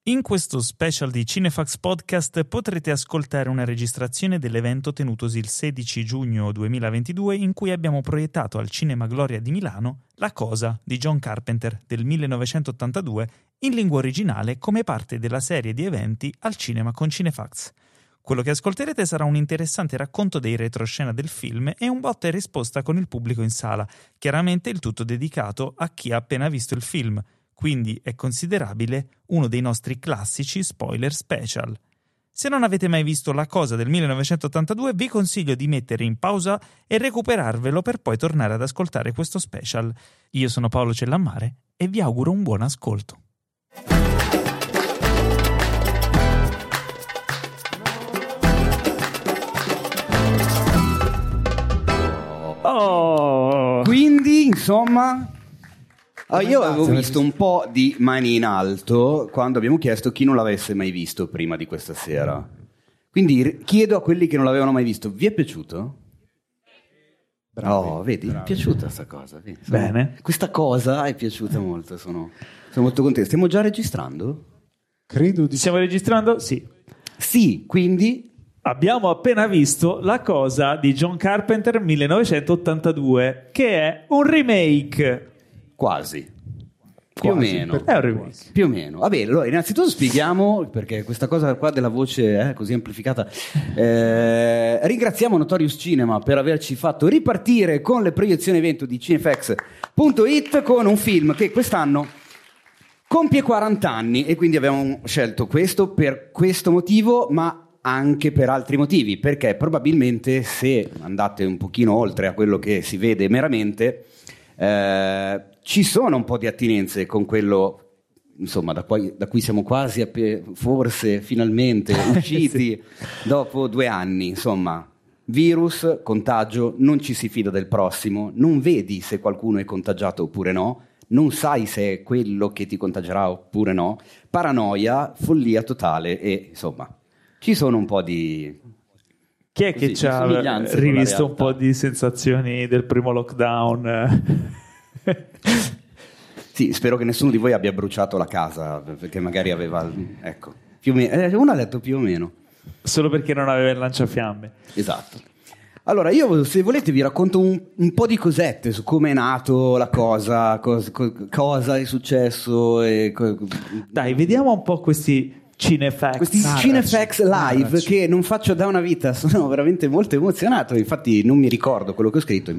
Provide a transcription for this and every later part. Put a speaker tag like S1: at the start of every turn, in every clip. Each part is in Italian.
S1: In questo special di Cinefax Podcast potrete ascoltare una registrazione dell'evento tenutosi il 16 giugno 2022 in cui abbiamo proiettato al Cinema Gloria di Milano La Cosa di John Carpenter del 1982 in lingua originale come parte della serie di eventi al cinema con Cinefax. Quello che ascolterete sarà un interessante racconto dei retroscena del film e un botta e risposta con il pubblico in sala, chiaramente il tutto dedicato a chi ha appena visto il film. Quindi è considerabile uno dei nostri classici spoiler special. Se non avete mai visto La Cosa del 1982, vi consiglio di mettere in pausa e recuperarvelo per poi tornare ad ascoltare questo special. Io sono Paolo Cellammare e vi auguro un buon ascolto.
S2: Quindi, insomma... io avevo visto un po' di Mani in Alto quando abbiamo chiesto chi non l'avesse mai visto prima di questa sera. Quindi chiedo a quelli che non l'avevano mai visto, vi è piaciuto? Bravo, vedi, è piaciuta questa cosa. Vedi?
S1: Bene.
S2: Questa cosa è piaciuta molto, sono molto contento. Stiamo già registrando?
S3: Credo di
S1: Stiamo registrando? Sì.
S2: Sì, quindi...
S1: Abbiamo appena visto La Cosa di John Carpenter 1982, che è un remake.
S2: Quasi. Più o meno.
S1: È un remake.
S2: Più o meno. Vabbè, allora innanzitutto spieghiamo, perché questa cosa qua della voce è così amplificata. Ringraziamo Notorious Cinema per averci fatto ripartire con le proiezioni evento di Cinefax.it con un film che quest'anno compie 40 anni e quindi abbiamo scelto questo per questo motivo, ma anche per altri motivi, perché probabilmente se andate un pochino oltre a quello che si vede meramente, ci sono un po' di attinenze con quello, insomma, da cui siamo quasi forse finalmente usciti dopo 2 anni, insomma. Virus, contagio, non ci si fida del prossimo, non vedi se qualcuno è contagiato oppure no, non sai se è quello che ti contagerà oppure no, paranoia, follia totale e insomma ci sono un po' di...
S1: Chi è che ci ha rivisto un po' di sensazioni del primo lockdown?
S2: Sì, spero che nessuno di voi abbia bruciato la casa, perché magari aveva... Ecco, più o meno, uno ha detto più o meno.
S1: Solo perché non aveva il lanciafiamme.
S2: Esatto. Allora, io se volete vi racconto un po' di cosette su come è nato la cosa, cosa è successo.
S1: Dai, vediamo un po' questi Cinefax
S2: live che non faccio da una vita, sono veramente molto emozionato, infatti non mi ricordo quello che ho scritto e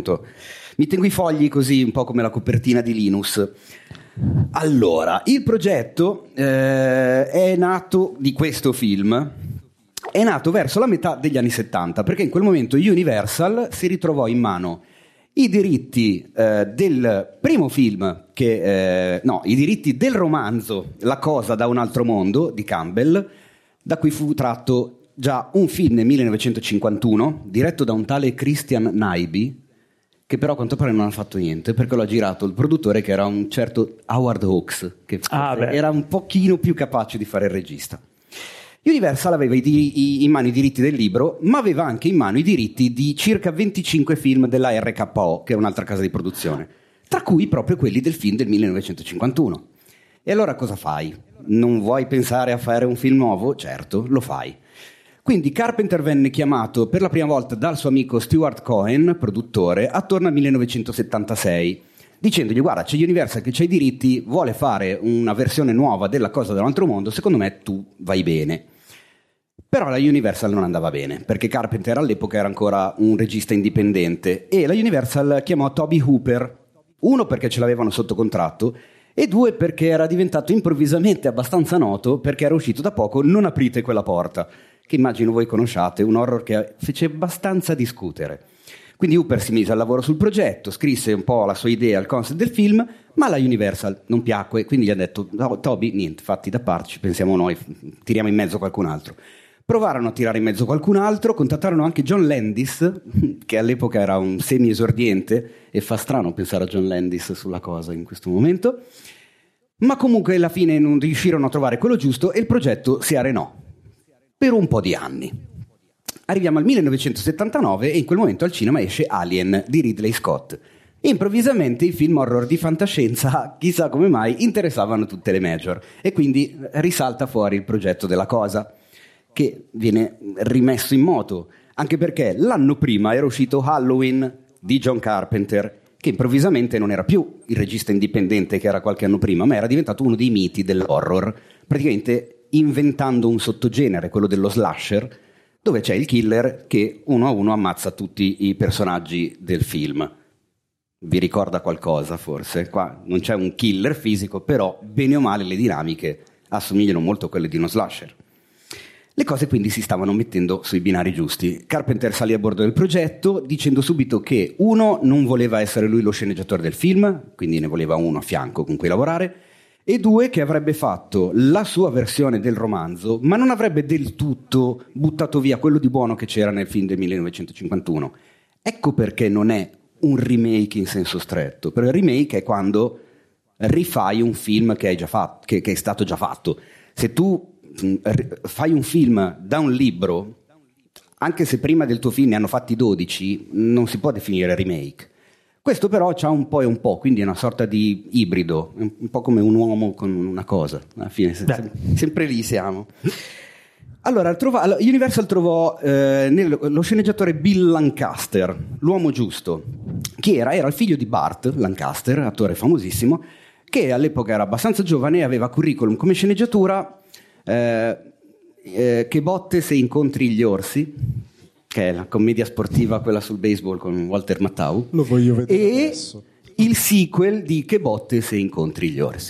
S2: mi tengo i fogli così un po' come la copertina di Linus. Allora, il progetto è nato di questo film, è nato verso la metà degli anni 70 perché in quel momento Universal si ritrovò in mano i diritti del primo film, i diritti del romanzo La Cosa da un altro mondo di Campbell, da cui fu tratto già un film nel 1951, diretto da un tale Christian Nyby, che però a quanto pare non ha fatto niente, perché lo ha girato il produttore che era un certo Howard Hawks, che era un pochino più capace di fare il regista. Universal aveva in mano i diritti del libro, ma aveva anche in mano i diritti di circa 25 film della RKO, che è un'altra casa di produzione, tra cui proprio quelli del film del 1951. E allora cosa fai? Non vuoi pensare a fare un film nuovo? Certo, lo fai. Quindi Carpenter venne chiamato per la prima volta dal suo amico Stuart Cohen, produttore, attorno al 1976, dicendogli: guarda, c'è Universal che c'ha i diritti, vuole fare una versione nuova della Cosa da un altro mondo, secondo me tu vai bene. Però la Universal non andava bene, perché Carpenter all'epoca era ancora un regista indipendente e la Universal chiamò Toby Hooper, 1 perché ce l'avevano sotto contratto e 2 perché era diventato improvvisamente abbastanza noto perché era uscito da poco Non aprite quella porta, che immagino voi conosciate, un horror che fece abbastanza discutere. Quindi Hooper si mise al lavoro sul progetto, scrisse un po' la sua idea al concept del film, ma la Universal non piacque, quindi gli ha detto: no, Toby, niente, fatti da parte, ci pensiamo noi, tiriamo in mezzo qualcun altro. Provarono a tirare in mezzo qualcun altro, contattarono anche John Landis, che all'epoca era un semi-esordiente, e fa strano pensare a John Landis sulla Cosa in questo momento, ma comunque alla fine non riuscirono a trovare quello giusto e il progetto si arenò per un po' di anni. Arriviamo al 1979 e in quel momento al cinema esce Alien di Ridley Scott, E improvvisamente i film horror di fantascienza, chissà come mai, interessavano tutte le major, e quindi risalta fuori il progetto della Cosa, che viene rimesso in moto, anche perché l'anno prima era uscito Halloween di John Carpenter, che improvvisamente non era più il regista indipendente che era qualche anno prima, ma era diventato uno dei miti dell'horror, praticamente inventando un sottogenere, quello dello slasher, dove c'è il killer che uno a uno ammazza tutti i personaggi del film. Vi ricorda qualcosa forse? Qua non c'è un killer fisico, però bene o male le dinamiche assomigliano molto a quelle di uno slasher. Le cose quindi si stavano mettendo sui binari giusti. Carpenter salì a bordo del progetto dicendo subito che uno, non voleva essere lui lo sceneggiatore del film, quindi ne voleva uno a fianco con cui lavorare, e due, che avrebbe fatto la sua versione del romanzo, ma non avrebbe del tutto buttato via quello di buono che c'era nel film del 1951. Ecco perché non è un remake in senso stretto, però il remake è quando rifai un film che hai già fatto, che è stato già fatto. Se tu fai un film da un libro, anche se prima del tuo film ne hanno fatti 12, non si può definire remake. Questo però c'ha un po' e un po', quindi è una sorta di ibrido, un po' come un uomo con una cosa. Alla fine sempre lì siamo. Allora, Universal trovò lo sceneggiatore Bill Lancaster, l'uomo giusto, che era il figlio di Burt Lancaster, attore famosissimo, che all'epoca era abbastanza giovane e aveva curriculum come sceneggiatura Che botte se incontri gli orsi, che è la commedia sportiva, quella sul baseball con Walter Matthau,
S3: lo voglio vedere
S2: e
S3: adesso.
S2: Il sequel di Che botte se incontri gli orsi.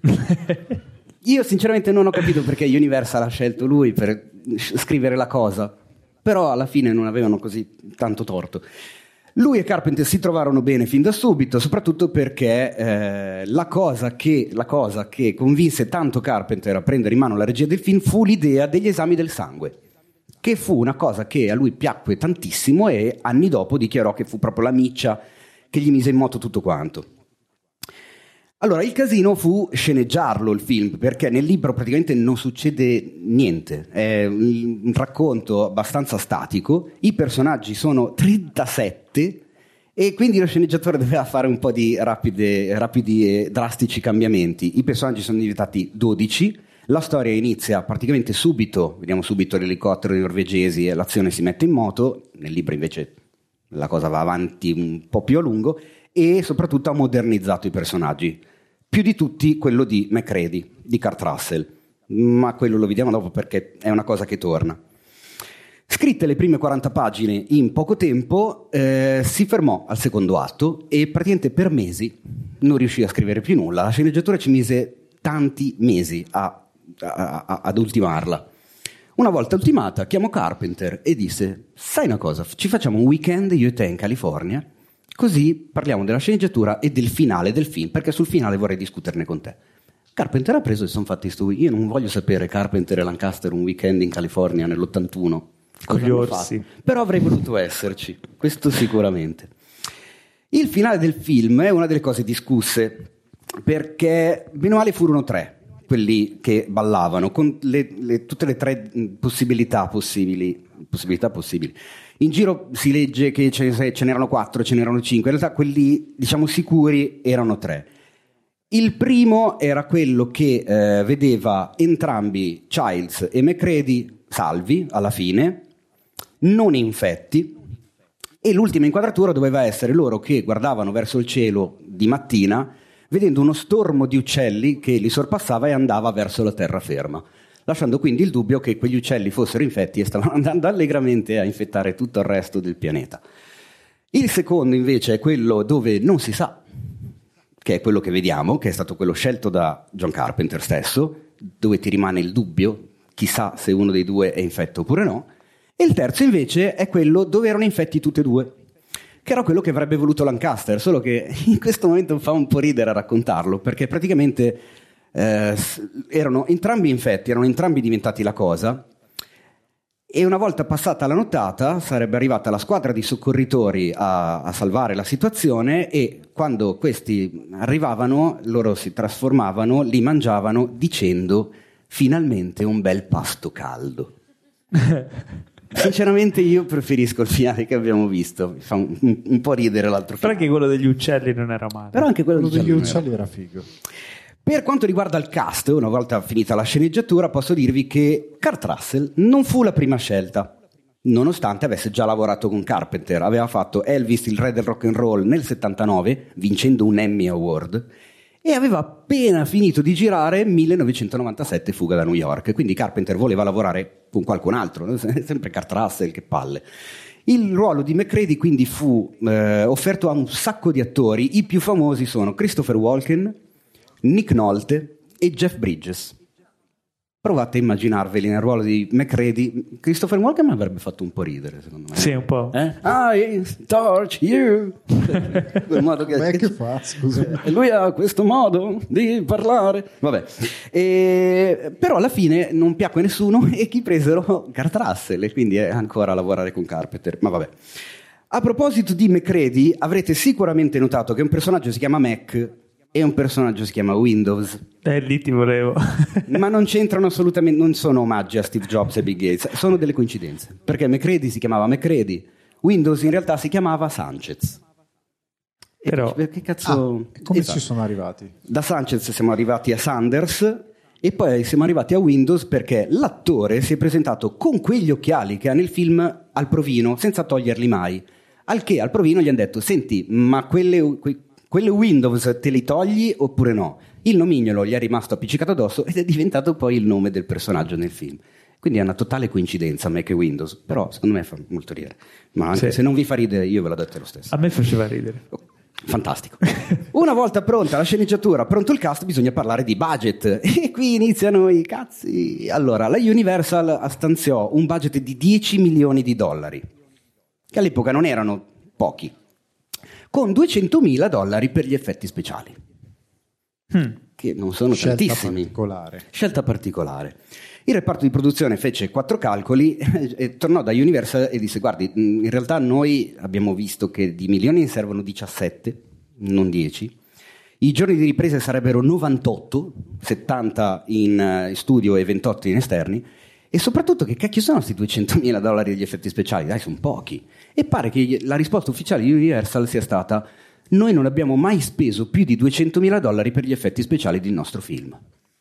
S2: Io sinceramente non ho capito perché Universal ha scelto lui per scrivere la cosa, però alla fine non avevano così tanto torto. Lui e Carpenter si trovarono bene fin da subito, soprattutto perché la cosa che convinse tanto Carpenter a prendere in mano la regia del film fu l'idea degli esami del sangue, che fu una cosa che a lui piacque tantissimo e anni dopo dichiarò che fu proprio la miccia che gli mise in moto tutto quanto. Allora, il casino fu sceneggiarlo il film, perché nel libro praticamente non succede niente, è un racconto abbastanza statico, i personaggi sono 37 e quindi lo sceneggiatore doveva fare un po' di rapidi e drastici cambiamenti. I personaggi sono diventati 12, la storia inizia praticamente subito, vediamo subito l'elicottero dei norvegesi e l'azione si mette in moto, nel libro invece la cosa va avanti un po' più a lungo, e soprattutto ha modernizzato i personaggi. Più di tutti quello di MacReady, di Kurt Russell, ma quello lo vediamo dopo perché è una cosa che torna. Scritte le prime 40 pagine in poco tempo, si fermò al secondo atto e praticamente per mesi non riuscì a scrivere più nulla. La sceneggiatura ci mise tanti mesi ad ultimarla. Una volta ultimata chiamò Carpenter e disse: sai una cosa, ci facciamo un weekend io e te in California, così parliamo della sceneggiatura e del finale del film, perché sul finale vorrei discuterne con te. Carpenter ha preso e sono fatti io non voglio sapere Carpenter e Lancaster un weekend in California nell'81
S1: con gli orsi,
S2: però avrei voluto esserci, questo sicuramente. Il finale del film è una delle cose discusse, perché bene o male furono 3 quelli che ballavano, con tutte le 3 possibilità possibili. In giro si legge che ce n'erano 4, ce n'erano 5, in realtà quelli diciamo sicuri erano 3. Il primo era quello che vedeva entrambi, Childs e MacReady, salvi alla fine, non infetti, e l'ultima inquadratura doveva essere loro che guardavano verso il cielo di mattina vedendo uno stormo di uccelli che li sorpassava e andava verso la terraferma, lasciando quindi il dubbio che quegli uccelli fossero infetti e stavano andando allegramente a infettare tutto il resto del pianeta. Il secondo invece è quello dove non si sa, che è quello che vediamo, che è stato quello scelto da John Carpenter stesso, dove ti rimane il dubbio, chissà se uno dei due è infetto oppure no, e il terzo invece è quello dove erano infetti tutti e due, che era quello che avrebbe voluto Lancaster, solo che in questo momento fa un po' ridere a raccontarlo, perché praticamente erano entrambi infetti, erano entrambi diventati la cosa, e una volta passata la nottata sarebbe arrivata la squadra di soccorritori a salvare la situazione, e quando questi arrivavano loro si trasformavano, li mangiavano dicendo: finalmente un bel pasto caldo. Sinceramente io preferisco il finale che abbiamo visto, mi fa un po' ridere l'altro
S1: Però
S2: finale.
S1: anche quello degli uccelli non era male.
S2: Però anche quello
S3: Quello degli uccelli era figo.
S2: Per quanto riguarda il cast, una volta finita la sceneggiatura, posso dirvi che Kurt Russell non fu la prima scelta, nonostante avesse già lavorato con Carpenter. Aveva fatto Elvis, il re del rock and roll nel 79, vincendo un Emmy Award, e aveva appena finito di girare 1997 Fuga da New York, quindi Carpenter voleva lavorare con qualcun altro, sempre Kurt Russell, che palle. Il ruolo di MacReady quindi fu offerto a un sacco di attori. I più famosi sono Christopher Walken, Nick Nolte e Jeff Bridges. Provate a immaginarveli nel ruolo di MacReady. Christopher Walken mi avrebbe fatto un po' ridere, secondo me.
S1: Sì, un po'.
S2: I torch you. Quel modo
S3: Ma che fa, scusa?
S2: E lui ha questo modo di parlare. Vabbè. Però alla fine non piacque a nessuno e chi presero Kurt Russell, e quindi è ancora a lavorare con Carpenter. Ma vabbè. A proposito di MacReady, avrete sicuramente notato che un personaggio si chiama Mac e un personaggio si chiama Windows.
S1: Lì ti volevo.
S2: Ma non c'entrano assolutamente, non sono omaggi a Steve Jobs e Bill Gates, sono delle coincidenze. Perché MacReady si chiamava MacReady, Windows in realtà si chiamava Sanchez.
S1: Però
S2: Che cazzo...
S3: Come
S2: Esatto.
S3: ci sono arrivati?
S2: Da Sanchez siamo arrivati a Sanders e poi siamo arrivati a Windows perché l'attore si è presentato con quegli occhiali che ha nel film al provino, senza toglierli mai. Al che al provino gli hanno detto: senti, ma quelle Windows te li togli oppure no? Il nomignolo gli è rimasto appiccicato addosso ed è diventato poi il nome del personaggio nel film. Quindi è una totale coincidenza Mac e Windows, però secondo me fa molto ridere. Ma anche
S1: Sì.
S2: se non vi fa ridere io ve l'ho detto lo stesso.
S1: a me faceva ridere.
S2: Fantastico. Una volta pronta la sceneggiatura, pronto il cast, bisogna parlare di budget. E qui iniziano i cazzi. Allora, la Universal stanziò un budget di $10 milioni, che all'epoca non erano pochi, con $200.000 per gli effetti speciali, che non sono
S3: Scelta
S2: tantissimi.
S3: particolare.
S2: Scelta particolare. Il reparto di produzione fece 4 calcoli e tornò da Universal e disse: guardi, in realtà noi abbiamo visto che di milioni ne servono 17, non 10. I giorni di riprese sarebbero 98, 70 in studio e 28 in esterni. E soprattutto, che cacchio sono questi $200.000 degli effetti speciali? Dai, sono pochi. E pare che la risposta ufficiale di Universal sia stata: noi non abbiamo mai speso più di $200.000 per gli effetti speciali del nostro film.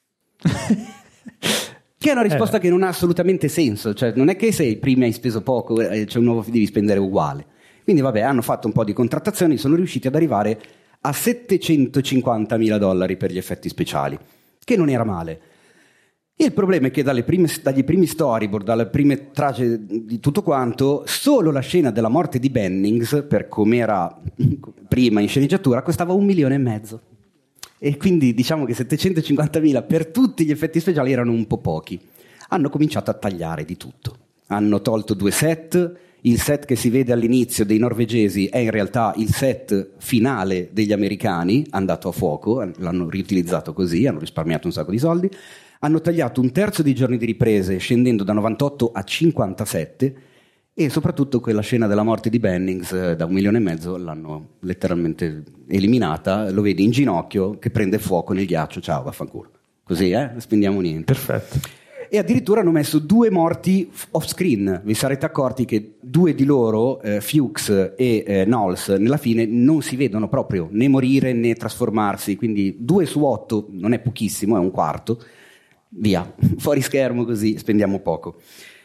S2: Che è una risposta che non ha assolutamente senso. Cioè, non è che se prima hai speso poco, c'è un nuovo film, devi spendere uguale. Quindi vabbè, hanno fatto un po' di contrattazioni, sono riusciti ad arrivare a $750.000 per gli effetti speciali, che non era male. Il problema è che dagli primi storyboard, dalle prime tracce di tutto quanto, solo la scena della morte di Bennings, per com'era prima in sceneggiatura, costava $1,5 milioni. E quindi diciamo che 750.000 per tutti gli effetti speciali erano un po' pochi. Hanno cominciato a tagliare di tutto. Hanno tolto 2 set. Il set che si vede all'inizio dei norvegesi è in realtà il set finale degli americani, andato a fuoco, l'hanno riutilizzato così, hanno risparmiato un sacco di soldi. Hanno tagliato 1/3 dei giorni di riprese, scendendo da 98 a 57, e soprattutto quella scena della morte di Bennings da $1,5 milioni l'hanno letteralmente eliminata. Lo vedi in ginocchio che prende fuoco nel ghiaccio, ciao, vaffanculo. Così, non spendiamo niente.
S1: Perfetto.
S2: E addirittura hanno messo 2 morti off screen. Vi sarete accorti che 2 di loro, Fuchs e Knowles, nella fine non si vedono proprio né morire né trasformarsi, quindi 2 su 8 non è pochissimo, è un quarto. Via, fuori schermo, così spendiamo poco.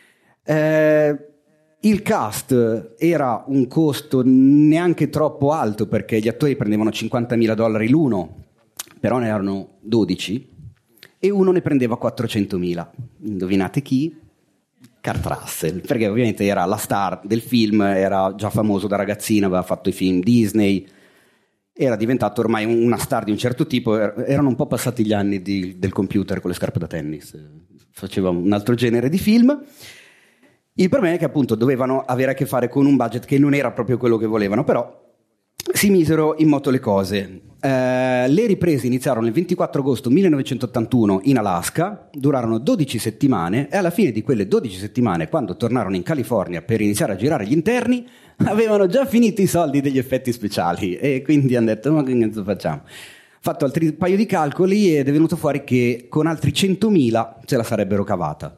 S2: Il cast era un costo neanche troppo alto, perché gli attori prendevano $50.000 l'uno, però ne erano 12 e uno ne prendeva 400.000. Indovinate chi? Kurt Russell, perché ovviamente era la star del film, era già famoso da ragazzino, aveva fatto i film Disney, era diventato ormai una star di un certo tipo. Erano un po' passati gli anni del computer con le scarpe da tennis, faceva un altro genere di film. Il problema è che appunto dovevano avere a che fare con un budget che non era proprio quello che volevano, però si misero in moto le cose. Le riprese iniziarono il 24 agosto 1981 in Alaska, durarono 12 settimane e alla fine di quelle 12 settimane, quando tornarono in California per iniziare a girare gli interni, avevano già finito i soldi degli effetti speciali e quindi hanno detto: ma che cazzo facciamo? Fatto altri paio di calcoli ed è venuto fuori che con altri 100.000 ce la sarebbero cavata.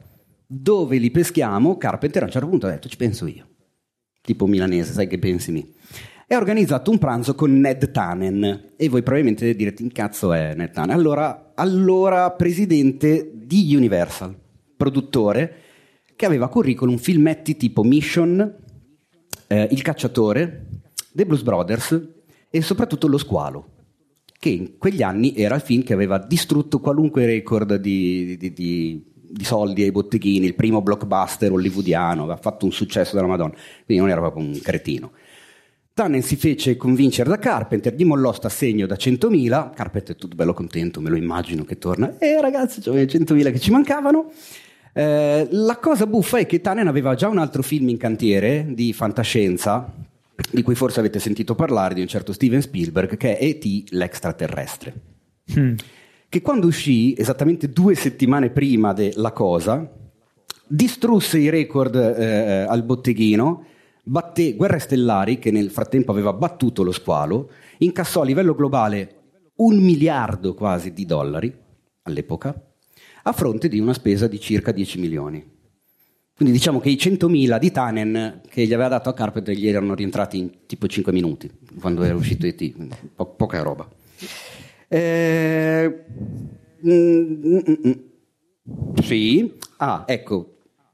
S2: Dove li peschiamo? Carpenter a un certo punto ha detto: ci penso io, tipo milanese, sai che pensi mi. E ha organizzato un pranzo con Ned Tannen, e voi probabilmente direte: in cazzo è Ned Tannen? Allora presidente di Universal, produttore, che aveva curriculum filmetti tipo Mission, Il cacciatore, The Blues Brothers e soprattutto Lo squalo, che in quegli anni era il film che aveva distrutto qualunque record di soldi ai botteghini, il primo blockbuster hollywoodiano, aveva fatto un successo della Madonna, quindi non era proprio un cretino. Tannen si fece convincere da Carpenter, gli mollò sta assegno da 100.000, Carpenter è tutto bello contento, me lo immagino che torna, ragazzi, c'avevo 100.000 che ci mancavano. La cosa buffa è che Tannen aveva già un altro film in cantiere di fantascienza, di cui forse avete sentito parlare, di un certo Steven Spielberg, che è E.T. l'extraterrestre, che quando uscì, esattamente 2 settimane prima della cosa, distrusse i record al botteghino, batté Guerre Stellari, che nel frattempo aveva battuto Lo squalo, incassò a livello globale $1 miliardo quasi di dollari all'epoca, a fronte di una spesa di circa 10 milioni. Quindi diciamo che i 100.000 di Tannen che gli aveva dato a Carpenter gli erano rientrati in tipo 5 minuti, quando era uscito E.T., poca roba. Sì, ecco.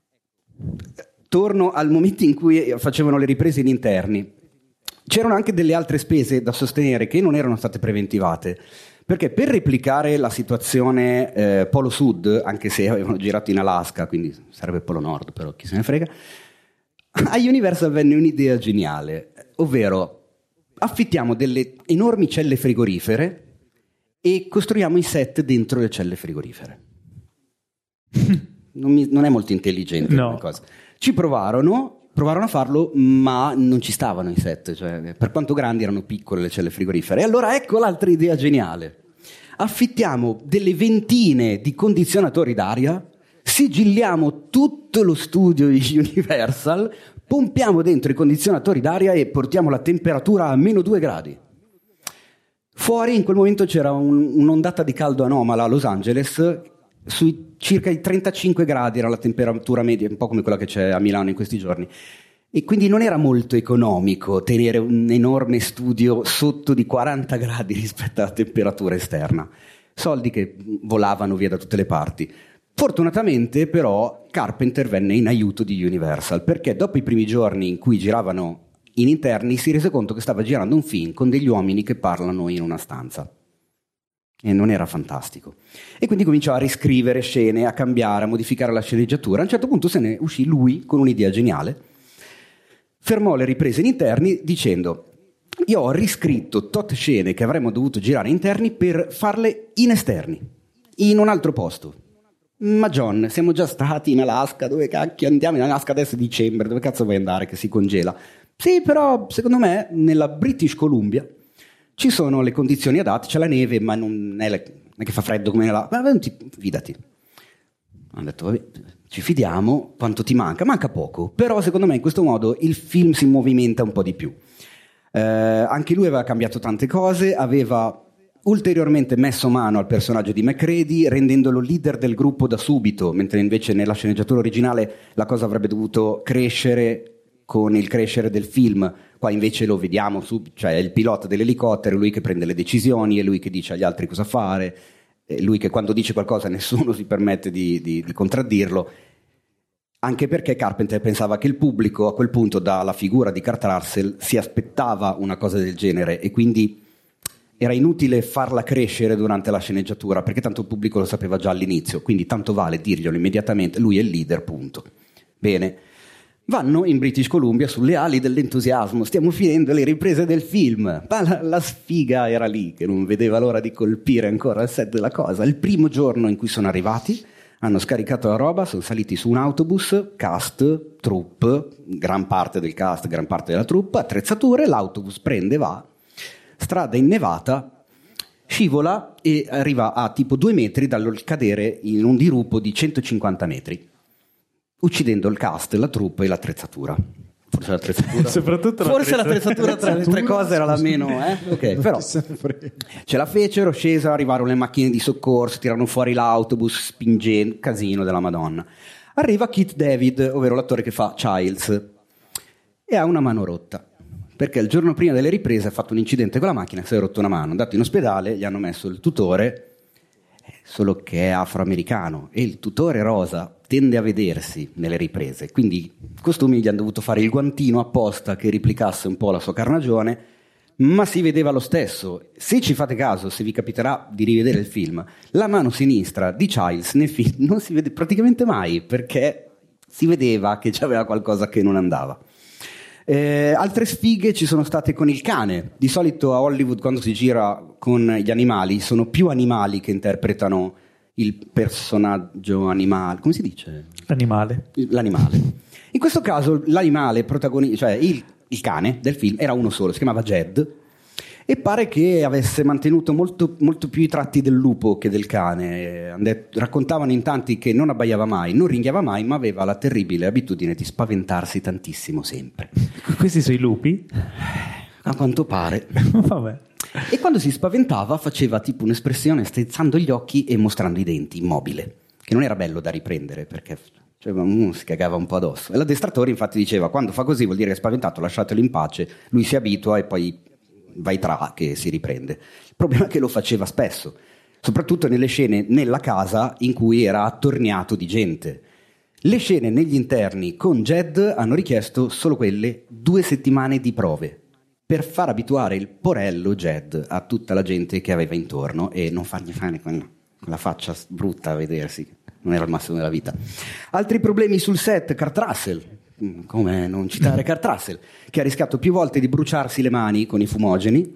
S2: Torno al momento in cui facevano le riprese in interni. C'erano anche delle altre spese da sostenere che non erano state preventivate, perché per replicare la situazione Polo Sud, anche se avevano girato in Alaska, quindi sarebbe Polo Nord, però chi se ne frega, a Universal venne un'idea geniale, ovvero affittiamo delle enormi celle frigorifere e costruiamo i set dentro le celle frigorifere. Non è molto intelligente come cosa. Ci provarono a farlo, ma non ci stavano i set, cioè, per quanto grandi erano piccole le celle frigorifere. E allora ecco l'altra idea geniale: affittiamo delle ventine di condizionatori d'aria, sigilliamo tutto lo studio di Universal, pompiamo dentro i condizionatori d'aria e portiamo la temperatura a -2 gradi. Fuori in quel momento c'era un'ondata di caldo anomala a Los Angeles, sui circa i 35 gradi era la temperatura media, un po' come quella che c'è a Milano in questi giorni, e quindi non era molto economico tenere un enorme studio sotto di 40 gradi rispetto alla temperatura esterna, soldi che volavano via da tutte le parti. Fortunatamente però Carpenter venne in aiuto di Universal, perché dopo i primi giorni in cui giravano in interni si rese conto che stava girando un film con degli uomini che parlano in una stanza. E non era fantastico. E quindi cominciò a riscrivere scene, a cambiare, a modificare la sceneggiatura. A un certo punto se ne uscì lui con un'idea geniale. Fermò le riprese in interni dicendo: io ho riscritto tot scene che avremmo dovuto girare interni per farle in esterni, in un altro posto. Ma John, siamo già stati in Alaska, dove cacchio andiamo? In Alaska adesso è dicembre, dove cazzo vuoi andare che si congela? Sì, però secondo me nella British Columbia ci sono le condizioni adatte, c'è la neve, ma non è che fa freddo come nella... Ma fidati. Hanno detto, vabbè, ci fidiamo, quanto ti manca? Manca poco, però secondo me in questo modo il film si movimenta un po' di più. Anche lui aveva cambiato tante cose, aveva ulteriormente messo mano al personaggio di MacReady, rendendolo leader del gruppo da subito, mentre invece nella sceneggiatura originale la cosa avrebbe dovuto crescere con il crescere del film. Qua invece lo vediamo, cioè è il pilota dell'elicottero, lui che prende le decisioni, è lui che dice agli altri cosa fare, è lui che quando dice qualcosa nessuno si permette di contraddirlo, anche perché Carpenter pensava che il pubblico a quel punto dalla figura di Kurt Russell si aspettava una cosa del genere e quindi era inutile farla crescere durante la sceneggiatura, perché tanto il pubblico lo sapeva già all'inizio, quindi tanto vale dirglielo immediatamente, lui è il leader, punto. Bene. Vanno in British Columbia sulle ali dell'entusiasmo, stiamo finendo le riprese del film, ma la sfiga era lì, che non vedeva l'ora di colpire ancora il set della cosa. Il primo giorno in cui sono arrivati, hanno scaricato la roba, sono saliti su un autobus, cast, troupe, gran parte del cast, gran parte della troupe, attrezzature, l'autobus prende, va, strada innevata, scivola e arriva a tipo 2 metri dal cadere in un dirupo di 150 metri. Uccidendo il cast, la troupe e l'attrezzatura. Forse l'attrezzatura.
S1: Soprattutto
S2: forse l'attrezzatura tra le tre cose era la meno, ok, però ce la fecero, scesero, arrivarono le macchine di soccorso, tirarono fuori l'autobus spingendo, casino della Madonna. Arriva Keith David, ovvero l'attore che fa Childs, e ha una mano rotta. Perché il giorno prima delle riprese ha fatto un incidente con la macchina, si è rotto una mano, è andato in ospedale, gli hanno messo il tutore, solo che è afroamericano, e il tutore rosa tende a vedersi nelle riprese, quindi i costumi gli hanno dovuto fare il guantino apposta che replicasse un po' la sua carnagione, ma si vedeva lo stesso. Se ci fate caso, se vi capiterà di rivedere il film, la mano sinistra di Childs nel film non si vede praticamente mai, perché si vedeva che c'aveva qualcosa che non andava. Altre sfighe ci sono state con il cane. Di solito a Hollywood, quando si gira con gli animali, sono più animali che interpretano il personaggio animale. Come si dice?
S1: L'animale.
S2: In questo caso l'animale protagonista, cioè il cane del film, era uno solo, si chiamava Jed, e pare che avesse mantenuto molto, molto più i tratti del lupo che del cane. Raccontavano in tanti che non abbaiava mai, non ringhiava mai, ma aveva la terribile abitudine di spaventarsi tantissimo sempre.
S1: Questi sono i lupi?
S2: A quanto pare.
S1: Vabbè.
S2: E quando si spaventava faceva tipo un'espressione strizzando gli occhi e mostrando i denti, immobile, che non era bello da riprendere perché si cagava un po' addosso. E l'addestratore infatti diceva: quando fa così vuol dire che è spaventato, lasciatelo in pace, lui si abitua e poi vai tra che si riprende. Il problema è che lo faceva spesso, soprattutto nelle scene nella casa in cui era attorniato di gente. Le scene negli interni con Jed hanno richiesto solo quelle 2 settimane di prove per far abituare il porello Jed a tutta la gente che aveva intorno e non fargli fare quella faccia brutta a vedersi, non era il massimo della vita. Altri problemi sul set: Kurt Russell. Come non citare Kurt Russell, che ha rischiato più volte di bruciarsi le mani con i fumogeni,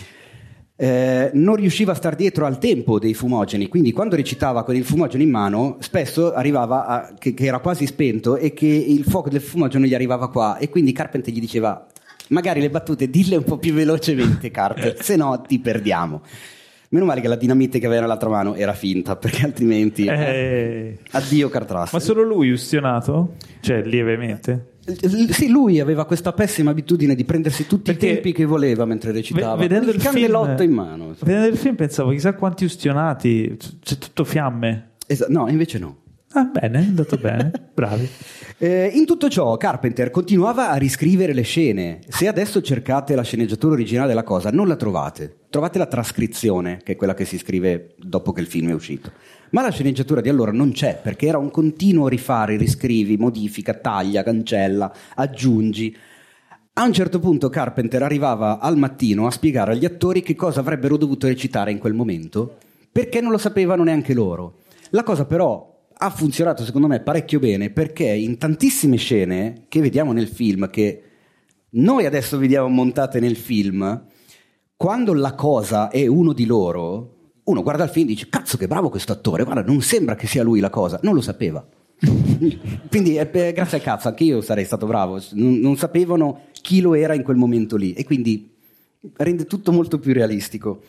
S2: non riusciva a star dietro al tempo dei fumogeni, quindi quando recitava con il fumogeno in mano spesso arrivava che era quasi spento e che il fuoco del fumogeno gli arrivava qua, e quindi Carpenter gli diceva: magari le battute dille un po' più velocemente, Carpenter, se no ti perdiamo. Meno male che la dinamite che aveva nell'altra mano era finta, perché altrimenti addio Kurt Russell.
S1: Ma solo lui ustionato? Cioè lievemente?
S2: Sì, lui aveva questa pessima abitudine di prendersi tutti i tempi che voleva mentre recitava,
S1: vedendo il
S2: candelotto in mano.
S1: Vedendo il film pensavo chissà quanti ustionati, c'è tutto fiamme.
S2: No, invece no.
S1: Ah, bene, è andato bene, bravi.
S2: In tutto ciò Carpenter continuava a riscrivere le scene. Se adesso cercate la sceneggiatura originale della cosa, non la trovate. Trovate la trascrizione, che è quella che si scrive dopo che il film è uscito. Ma la sceneggiatura di allora non c'è, perché era un continuo rifare, riscrivi, modifica, taglia, cancella, aggiungi. A un certo punto Carpenter arrivava al mattino a spiegare agli attori che cosa avrebbero dovuto recitare in quel momento, perché non lo sapevano neanche loro. La cosa però ha funzionato secondo me parecchio bene, perché in tantissime scene che vediamo nel film, che noi adesso vediamo montate nel film, quando la cosa è uno di loro, uno guarda il film e dice: cazzo che bravo questo attore, guarda, non sembra che sia lui la cosa, non lo sapeva. Quindi grazie al cazzo anche io sarei stato bravo, non sapevano chi lo era in quel momento lì, e quindi rende tutto molto più realistico.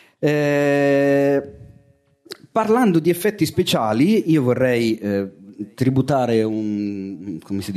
S2: Parlando di effetti speciali, io vorrei tributare un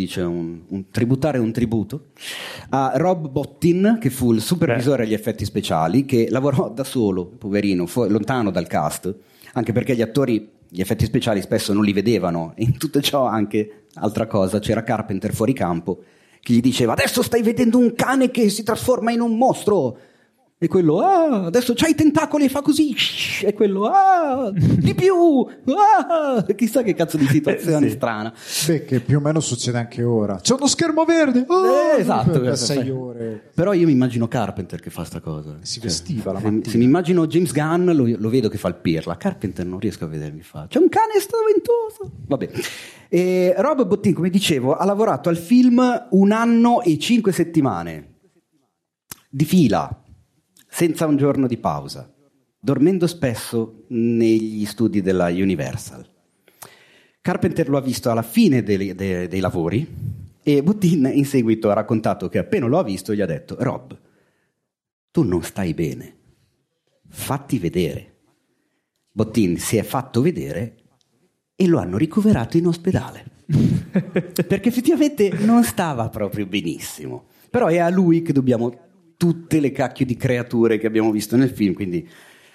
S2: tributo a Rob Bottin, che fu il supervisore agli effetti speciali, che lavorò da solo, poverino, lontano dal cast, anche perché gli attori gli effetti speciali spesso non li vedevano, e in tutto ciò anche altra cosa, c'era Carpenter fuori campo che gli diceva: adesso stai vedendo un cane che si trasforma in un mostro. E quello: adesso c'ha i tentacoli e fa così. E quello: di più. Chissà che cazzo di situazione strana.
S3: Beh, che più o meno succede anche ora. C'è uno schermo verde.
S2: Esatto,
S3: per 6 ore.
S2: Però io mi immagino Carpenter che fa sta cosa.
S3: Si vestiva la mattina.
S2: Se mi immagino James Gunn lo vedo che fa il pirla. Carpenter non riesco a vedermi fa. C'è un cane spaventoso. Vabbè. E Rob Bottin, come dicevo, ha lavorato al film 1 anno e 5 settimane di fila, senza un giorno di pausa, dormendo spesso negli studi della Universal. Carpenter lo ha visto alla fine dei lavori, e Bottin in seguito ha raccontato che appena lo ha visto gli ha detto: Rob, tu non stai bene, fatti vedere. Bottin si è fatto vedere e lo hanno ricoverato in ospedale, perché effettivamente non stava proprio benissimo. Però è a lui che dobbiamo tutte le cacchio di creature che abbiamo visto nel film, quindi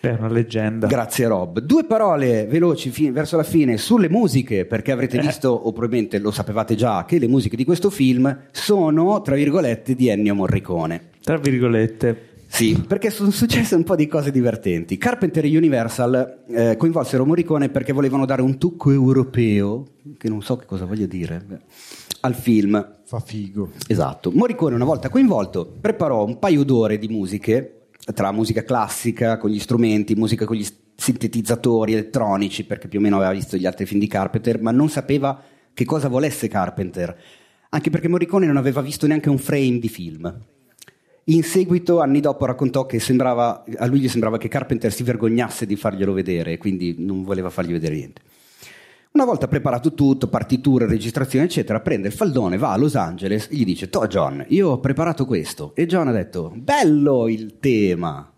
S1: È una leggenda.
S2: Grazie Rob. 2 parole veloci verso la fine sulle musiche, perché avrete visto, o probabilmente lo sapevate già, che le musiche di questo film sono, tra virgolette, di Ennio Morricone.
S1: Tra virgolette.
S2: Sì, perché sono successe un po' di cose divertenti. Carpenter e Universal coinvolsero Morricone perché volevano dare un tocco europeo, che non so che cosa voglia dire, al film.
S3: Fa figo.
S2: Esatto. Morricone, una volta coinvolto, preparò un paio d'ore di musiche, tra musica classica con gli strumenti, musica con gli sintetizzatori elettronici, perché più o meno aveva visto gli altri film di Carpenter, ma non sapeva che cosa volesse Carpenter, anche perché Morricone non aveva visto neanche un frame di film. In seguito, anni dopo, raccontò che a lui gli sembrava che Carpenter si vergognasse di farglielo vedere, quindi non voleva fargli vedere niente. Una volta preparato tutto, partiture, registrazione eccetera, prende il faldone, va a Los Angeles e gli dice: "Toh John, io ho preparato questo". E John ha detto: "Bello il tema".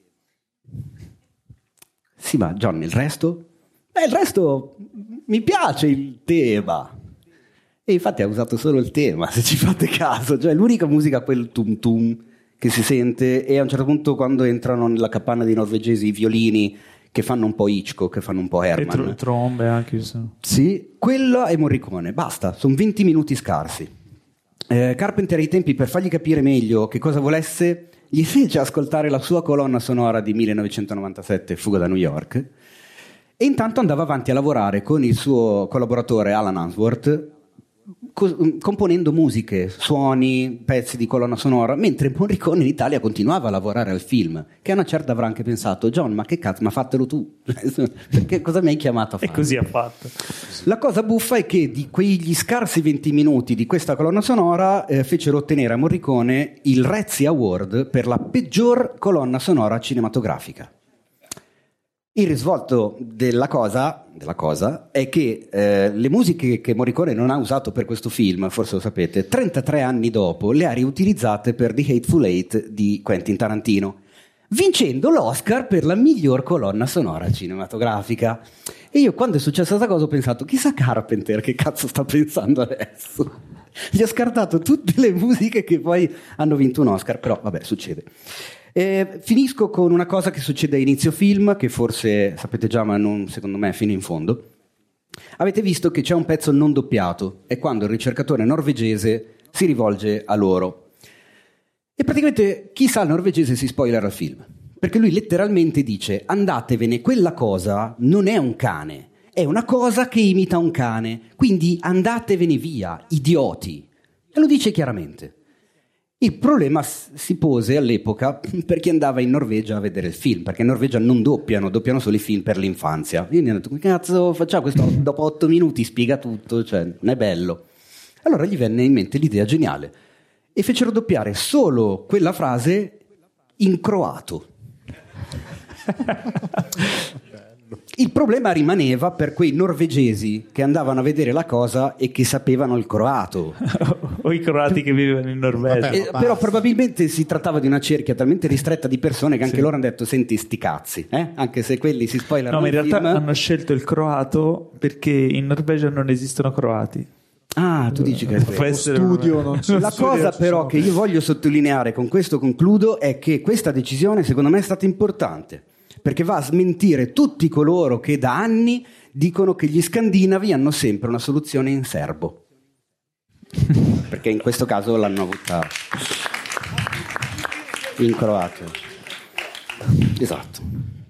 S2: "Sì, ma John, il resto?". "Il resto mi piace il tema". E infatti ha usato solo il tema, se ci fate caso, cioè l'unica musica quel tum tum che si sente, e a un certo punto quando entrano nella capanna dei norvegesi i violini che fanno un po' Hitchcock, che fanno un po' Herman.
S1: E trombe anche.
S2: Sì, quello è Morricone, basta, sono 20 minuti scarsi. Carpenter ai tempi, per fargli capire meglio che cosa volesse, gli fece ascoltare la sua colonna sonora di 1997, Fuga da New York, e intanto andava avanti a lavorare con il suo collaboratore Alan Answorth, componendo musiche, suoni, pezzi di colonna sonora, mentre Morricone in Italia continuava a lavorare al film, che a una certa avrà anche pensato: "John, ma che cazzo, ma fatelo tu, perché cosa mi hai chiamato a fare?".
S1: E così ha fatto.
S2: La cosa buffa è che di quegli scarsi 20 minuti di questa colonna sonora fecero ottenere a Morricone il Razzie Award per la peggior colonna sonora cinematografica. Il risvolto della cosa è che le musiche che Morricone non ha usato per questo film, forse lo sapete, 33 anni dopo le ha riutilizzate per The Hateful Eight di Quentin Tarantino, vincendo l'Oscar per la miglior colonna sonora cinematografica. E io, quando è successa questa cosa, ho pensato: chissà Carpenter che cazzo sta pensando adesso. Gli ha scartato tutte le musiche che poi hanno vinto un Oscar, però vabbè, succede. Finisco con una cosa che succede a inizio film, che forse sapete già, ma non, secondo me, fino in fondo. Avete visto che c'è un pezzo non doppiato, è quando il ricercatore norvegese si rivolge a loro. E praticamente chi sa il norvegese si spoiler al film, perché lui letteralmente dice: "Andatevene, quella cosa non è un cane, è una cosa che imita un cane, quindi andatevene via, idioti". E lo dice chiaramente. Il problema si pose all'epoca per chi andava in Norvegia a vedere il film, perché in Norvegia non doppiano solo i film per l'infanzia. Quindi hanno detto: "Che cazzo facciamo questo? Dopo 8 minuti spiega tutto, cioè non è bello". Allora gli venne in mente l'idea geniale e fecero doppiare solo quella frase in croato. Il problema rimaneva per quei norvegesi che andavano a vedere la cosa e che sapevano il croato.
S1: O i croati che vivevano in Norvegia.
S2: Però probabilmente si trattava di una cerchia talmente ristretta di persone che anche loro hanno detto: "Senti, sti cazzi", anche se quelli si spoilerano.
S1: No, ma in realtà
S2: film.
S1: hanno scelto il croato perché in Norvegia non esistono croati.
S2: Ah, tu dici che è
S1: Può essere
S3: Studio non c'è.
S2: La cosa però che io voglio sottolineare, con questo concludo, è che questa decisione secondo me è stata importante, perché va a smentire tutti coloro che da anni dicono che gli scandinavi hanno sempre una soluzione in serbo. Perché in questo caso l'hanno avuta in croato. Esatto.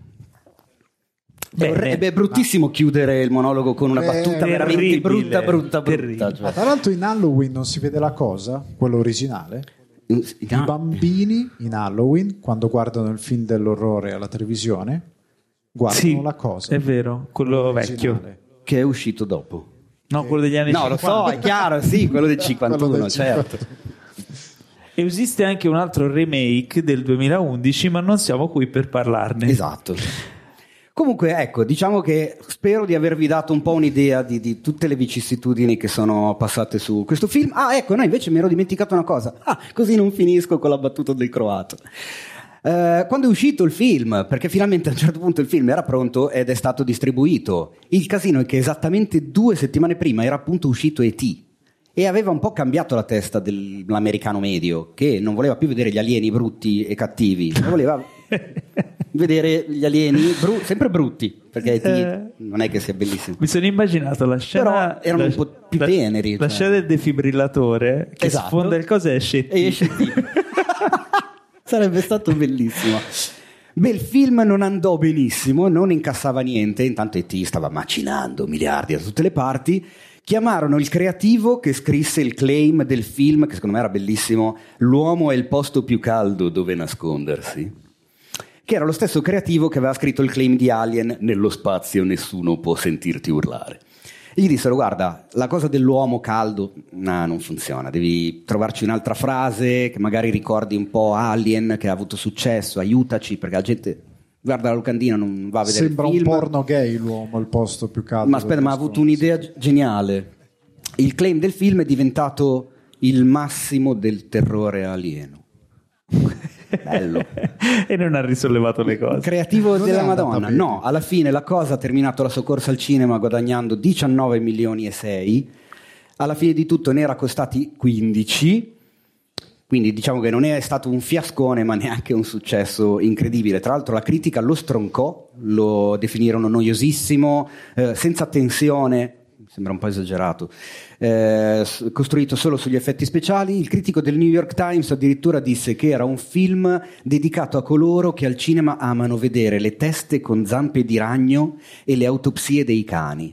S2: È bruttissimo chiudere il monologo con una battuta veramente brutta. Cioè.
S3: Tra l'altro in Halloween non si vede la cosa, quello originale. I bambini in Halloween, quando guardano il film dell'orrore alla televisione, guardano la cosa.
S1: È vero, quello
S3: originale.
S1: vecchio.
S2: Che è uscito dopo.
S1: No, quello degli anni 50.
S2: No, lo so, è chiaro, sì, quello del 51,
S3: Quello del
S2: certo.
S1: E esiste anche un altro remake del 2011, ma non siamo qui per parlarne.
S2: Esatto. Comunque, ecco, diciamo che spero di avervi dato un po' un'idea di tutte le vicissitudini che sono passate su questo film. Ah, ecco, no, invece mi ero dimenticato una cosa. Così non finisco con la battuta del croato. Quando è uscito il film, perché finalmente a un certo punto il film era pronto ed è stato distribuito, il casino è che esattamente 2 settimane prima era appunto uscito E.T. e aveva un po' cambiato la testa dell'americano medio, che non voleva più vedere gli alieni brutti e cattivi, ma voleva vedere gli alieni sempre brutti, perché non è che sia bellissimo.
S1: Mi sono immaginato la scena,
S2: però erano un po' più teneri,
S1: la scena del defibrillatore che sfonda il coso e esce
S2: sarebbe stato bellissimo. Beh, il film non andò benissimo, non incassava niente, intanto E.T. stava macinando miliardi da tutte le parti. Chiamarono il creativo che scrisse il claim del film, che secondo me era bellissimo, "L'uomo è il posto più caldo dove nascondersi", che era lo stesso creativo che aveva scritto il claim di Alien, "Nello spazio nessuno può sentirti urlare". E gli dissero: guarda, la cosa dell'uomo caldo non funziona, devi trovarci un'altra frase che magari ricordi un po' Alien, che ha avuto successo, aiutaci, perché la gente guarda la locandina, non va a vedere
S3: Sembra
S2: il film.
S3: un porno gay, "L'uomo è il posto più caldo".
S2: Ma aspetta, ma ha avuto un'idea geniale. Il claim del film è diventato "il massimo del terrore alieno". Bello.
S1: E non ha risollevato le cose.
S2: Creativo della Madonna. No, alla fine la cosa ha terminato la sua corsa al cinema guadagnando 19 milioni e 6. Alla fine di tutto ne era costati 15. Quindi diciamo che non è stato un fiascone, ma neanche un successo incredibile. Tra l'altro la critica lo stroncò, lo definirono noiosissimo, senza tensione, sembra un po' esagerato, costruito solo sugli effetti speciali. Il critico del New York Times addirittura disse che era un film dedicato a coloro che al cinema amano vedere le teste con zampe di ragno e le autopsie dei cani.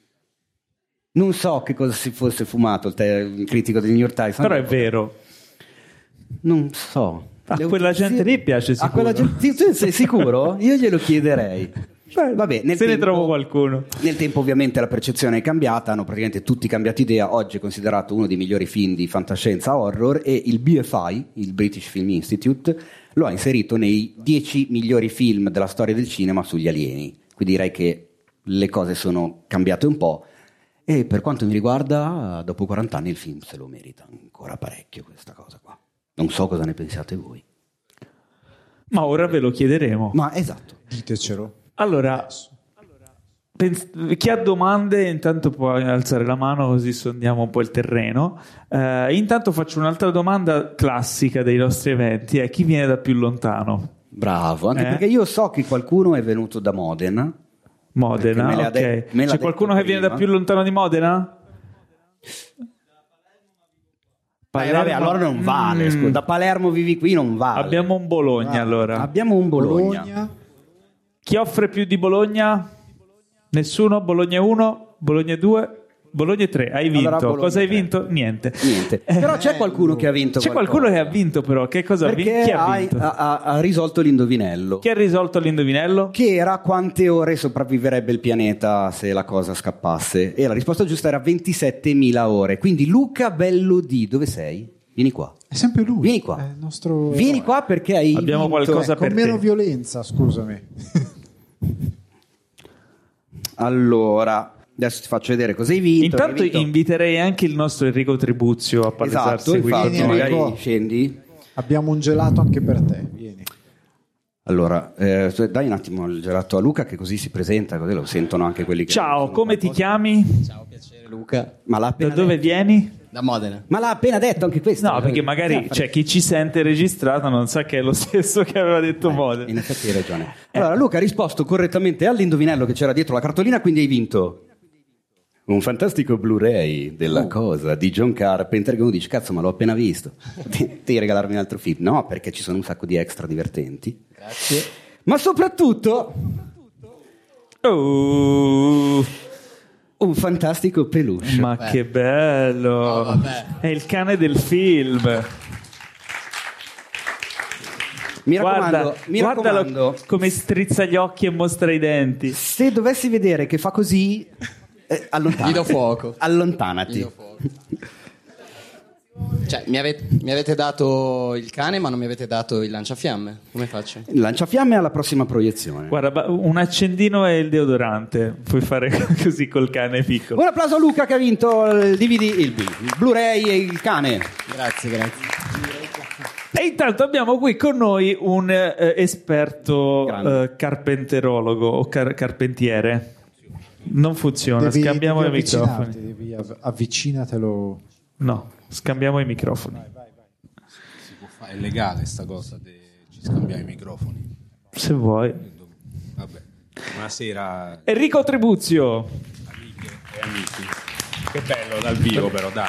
S2: Non so che cosa si fosse fumato il critico del New York Times.
S1: Però è vero.
S2: Non so.
S1: A quella gente lì piace sicuro.
S2: A quella gente, tu sei sicuro? Io glielo chiederei. Vabbè,
S1: ne trovo qualcuno.
S2: Nel tempo ovviamente la percezione è cambiata, hanno praticamente tutti cambiato idea. Oggi è considerato uno dei migliori film di fantascienza horror e il BFI, il British Film Institute, lo ha inserito nei 10 migliori film della storia del cinema sugli alieni. Quindi direi che le cose sono cambiate un po'. E per quanto mi riguarda, dopo 40 anni il film se lo merita ancora parecchio, questa cosa qua. Non so cosa ne pensiate voi.
S1: Ma ora ve lo chiederemo.
S2: Ma esatto.
S3: Ditecelo.
S1: Allora, chi ha domande intanto può alzare la mano, così sondiamo un po' il terreno. Intanto faccio un'altra domanda classica dei nostri eventi: chi viene da più lontano?
S2: Bravo, anche perché io so che qualcuno è venuto da Modena.
S1: Modena, ok. C'è qualcuno che viene da più lontano di Modena?
S2: Palermo, vabbè, allora non vale. Scusa, da Palermo vivi qui, non vale.
S1: Abbiamo un Bologna, allora.
S2: Abbiamo un Bologna.
S1: Chi offre più di Bologna? Nessuno? Bologna 1, Bologna 2, Bologna 3. Hai vinto.
S2: Allora,
S1: cosa hai
S2: 3.
S1: Vinto? Niente.
S2: Però c'è qualcuno che ha vinto.
S1: C'è qualcuno che ha vinto, però. Che cosa ha vinto? Chi ha vinto?
S2: Ha risolto l'indovinello.
S1: Chi ha risolto l'indovinello?
S2: Che era quante ore sopravviverebbe il pianeta se la cosa scappasse. E la risposta giusta era 27.000 ore. Quindi Luca Bello D, dove sei? Vieni qua.
S3: È sempre lui.
S2: Vieni qua.
S3: È il nostro
S2: Vieni qua perché hai
S1: Abbiamo
S2: vinto.
S1: qualcosa per
S3: con meno
S1: te.
S3: violenza, scusami.
S2: Allora, adesso ti faccio vedere cosa hai vinto.
S1: Intanto inviterei anche il nostro Enrico Tribuzio a palesarsi.
S2: Esatto, infatti,
S3: Vieni,
S2: magari
S3: Enrico.
S2: scendi.
S3: Abbiamo un gelato anche per te. Vieni.
S2: Allora, dai un attimo il gelato a Luca, che così si presenta, così lo sentono anche quelli che...
S1: Ciao, come ti chiami?
S4: Ciao, piacere Luca.
S2: Ma l'ha
S1: Da
S2: appena
S1: dove
S2: detto.
S1: vieni?
S4: Da Modena.
S2: Ma l'ha appena detto anche questo.
S1: No, perché magari chi ci sente registrato non sa che è lo stesso che aveva detto Modena.
S2: In effetti hai ragione. Allora, Luca ha risposto correttamente all'indovinello che c'era dietro la cartolina, quindi hai vinto un fantastico Blu-ray della cosa di John Carpenter, che uno dice: cazzo, ma l'ho appena visto. Devi regalarmi un altro film. No, perché ci sono un sacco di extra divertenti.
S4: Grazie.
S2: Ma soprattutto un fantastico peluche.
S1: Ma che bello!
S4: No, vabbè.
S1: È il cane del film.
S2: Mi raccomando,
S1: Guardalo come strizza gli occhi e mostra i denti.
S2: se dovessi vedere che fa così, allontanati.
S4: Gli do fuoco.
S2: Allontanati.
S4: Gli do fuoco. Cioè, mi avete dato il cane, ma non mi avete dato il lanciafiamme. Come faccio?
S2: Il lanciafiamme alla prossima proiezione.
S1: Guarda, un accendino e il deodorante. Puoi fare così col cane piccolo.
S2: Un applauso a Luca che ha vinto il DVD, il Blu-ray e il cane.
S4: Grazie.
S1: E intanto abbiamo qui con noi un esperto
S2: Grande.
S1: carpenterologo o carpentiere. Non funziona,
S3: Devi
S1: scambiamo i
S3: avvicinarti,
S1: microfoni.
S3: avvicinatelo.
S1: No, scambiamo i microfoni.
S5: Si può fare, è legale sta cosa, ci scambiamo i microfoni.
S1: Se vuoi.
S5: Vabbè. Buonasera.
S1: Enrico Tribuzio.
S5: Amiche e amici. Che bello dal vivo però, dai.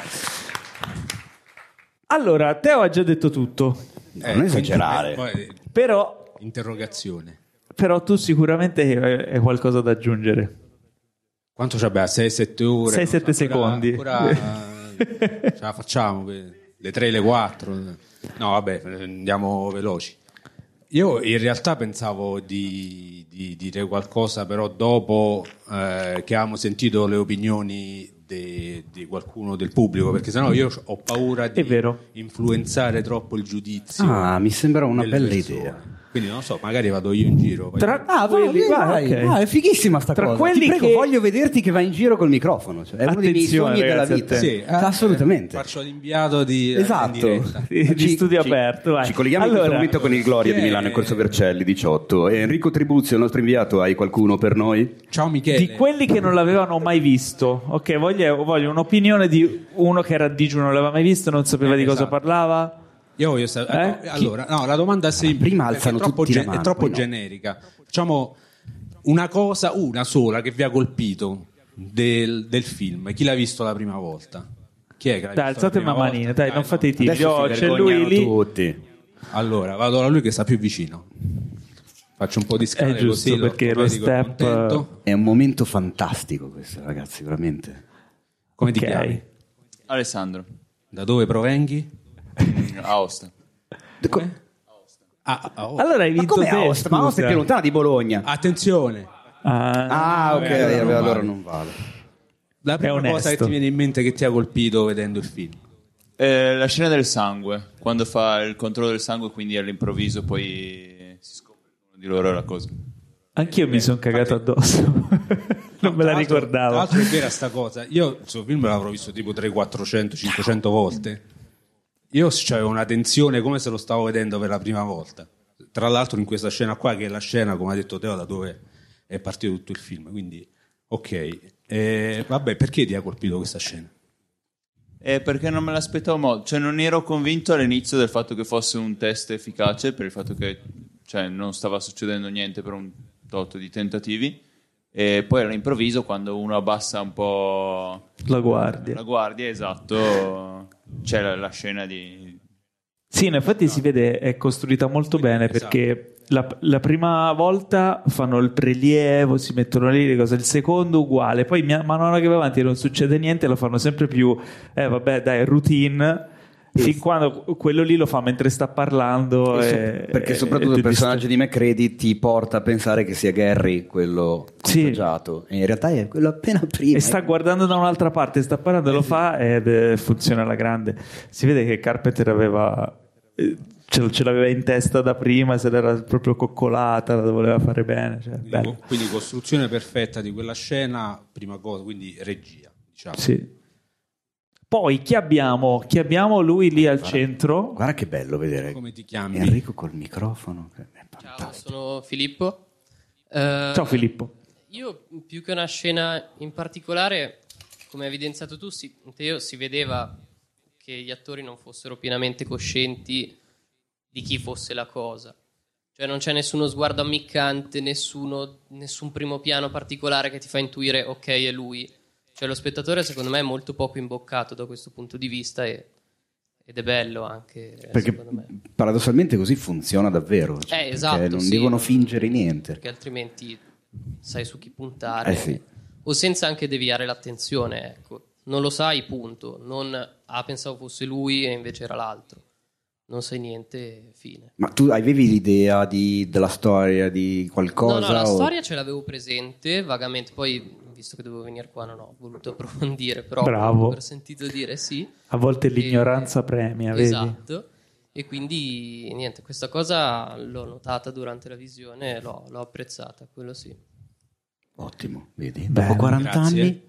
S1: Allora, Teo ha già detto tutto.
S2: Non esagerare.
S1: Però
S5: interrogazione.
S1: Però tu sicuramente hai qualcosa da aggiungere.
S5: Quanto ci abbiamo? 6-7 ore?
S1: 6-7 secondi.
S5: Ancora ce la facciamo? Le 3, le 4? No, vabbè, andiamo veloci. Io in realtà pensavo di dire qualcosa, però dopo che avevamo sentito le opinioni di qualcuno del pubblico, perché sennò io ho paura di influenzare troppo il giudizio.
S2: Mi sembra una bella idea.
S5: Quindi non so, magari vado io in giro.
S2: È fighissima sta
S1: tra
S2: cosa.
S1: Quelli
S2: Ti prego,
S1: che...
S2: voglio vederti che vai in giro col microfono. Cioè, è uno dei miei sogni della vita.
S5: Sì,
S2: assolutamente.
S5: Faccio l'inviato di
S2: di
S1: studio aperto. Vai.
S2: Ci colleghiamo in questo momento con il Gloria di Milano in Corso Vercelli 18. Enrico Tribuzio, il nostro inviato, hai qualcuno per noi?
S5: Ciao Michele.
S1: Di quelli che non l'avevano mai visto, ok, voglio un'opinione di uno che era a digiuno, non l'aveva mai visto, non sapeva di cosa parlava.
S5: Io voglio allora, no, la domanda è semplice.
S2: Prima alzano tutti la mano,
S5: è troppo generica. Facciamo una sola che vi ha colpito del film. Chi l'ha visto la prima volta? Chi è che l'ha visto?
S1: Alzate una manina, dai, non fate i tiri.
S2: C'è lui lì. Tutti.
S5: Allora, vado da lui che sta più vicino. Faccio un po' di scale.
S1: È giusto,
S5: così
S1: perché lo step
S2: è un momento fantastico questo, ragazzi, veramente.
S5: Come ti chiami?
S6: Alessandro.
S5: Da dove provenghi?
S6: Aosta.
S1: Allora hai vinto te.
S2: Aosta? Ma Aosta è più lontana di Bologna.
S5: Attenzione.
S2: Ok, allora non vale.
S5: La prima cosa che ti viene in mente che ti ha colpito vedendo il film?
S6: La scena del sangue, quando fa il controllo del sangue, quindi all'improvviso poi si scopre che uno di loro è la cosa.
S1: Anch'io mi sono cagato addosso. Non me la ricordavo.
S5: Tra l'altro è vera sta cosa. Io questo film l'avrò visto tipo 300, 400, 500 volte. Io c'avevo una tensione come se lo stavo vedendo per la prima volta. Tra l'altro in questa scena qua, che è la scena, come ha detto Teo, da dove è partito tutto il film. Quindi, ok. Vabbè, perché ti ha colpito questa scena?
S6: Perché non me l'aspettavo molto. Cioè non ero convinto all'inizio del fatto che fosse un test efficace, per il fatto che non stava succedendo niente per un tot di tentativi. E poi all'improvviso, quando uno abbassa un po'
S1: la guardia,
S6: esatto, c'è la scena di...
S1: Sì, in effetti si vede, è costruita molto bene, perché la prima volta fanno il prelievo, si mettono lì le cose, il secondo uguale, poi man mano che va avanti non succede niente, lo fanno sempre più, vabbè dai, routine, fin quando quello lì lo fa mentre sta parlando.
S2: Perché soprattutto il personaggio di McCready ti porta a pensare che sia Gary quello contagiato, e in realtà è quello appena prima.
S1: E sta guardando da un'altra parte, sta parlando, lo fa ed funziona alla grande. Si vede che Carpenter aveva ce l'aveva in testa da prima, se l'era proprio coccolata, la voleva fare bene.
S5: Quindi costruzione perfetta di quella scena, prima cosa, quindi regia, diciamo.
S1: Sì. Poi chi abbiamo? Lui lì al centro.
S2: Guarda che bello vedere.
S5: Come ti chiami?
S2: Enrico col microfono.
S7: Ciao, sono Filippo.
S1: Ciao Filippo.
S7: Io più che una scena in particolare, come hai evidenziato tu, si vedeva che gli attori non fossero pienamente coscienti di chi fosse la cosa. Cioè non c'è nessuno sguardo ammiccante, nessun primo piano particolare che ti fa intuire ok, è lui. Cioè lo spettatore secondo me è molto poco imboccato da questo punto di vista ed è bello anche,
S2: perché
S7: secondo me.
S2: Paradossalmente così funziona davvero,
S7: esatto,
S2: non devono fingere niente,
S7: perché altrimenti sai su chi puntare,
S2: sì.
S7: O senza anche deviare l'attenzione, ecco. Non lo sai, punto. Non pensavo fosse lui e invece era l'altro. Non sai niente, fine.
S2: Ma tu avevi l'idea della storia, di qualcosa?
S7: No, la storia ce l'avevo presente vagamente, poi visto che dovevo venire qua non ho voluto approfondire, però
S1: bravo,
S7: ho sentito dire sì.
S1: A volte l'ignoranza premia, vedi?
S7: Esatto. E quindi niente, questa cosa l'ho notata durante la visione, l'ho apprezzata, quello sì.
S2: Ottimo, vedi? Dopo 40 anni?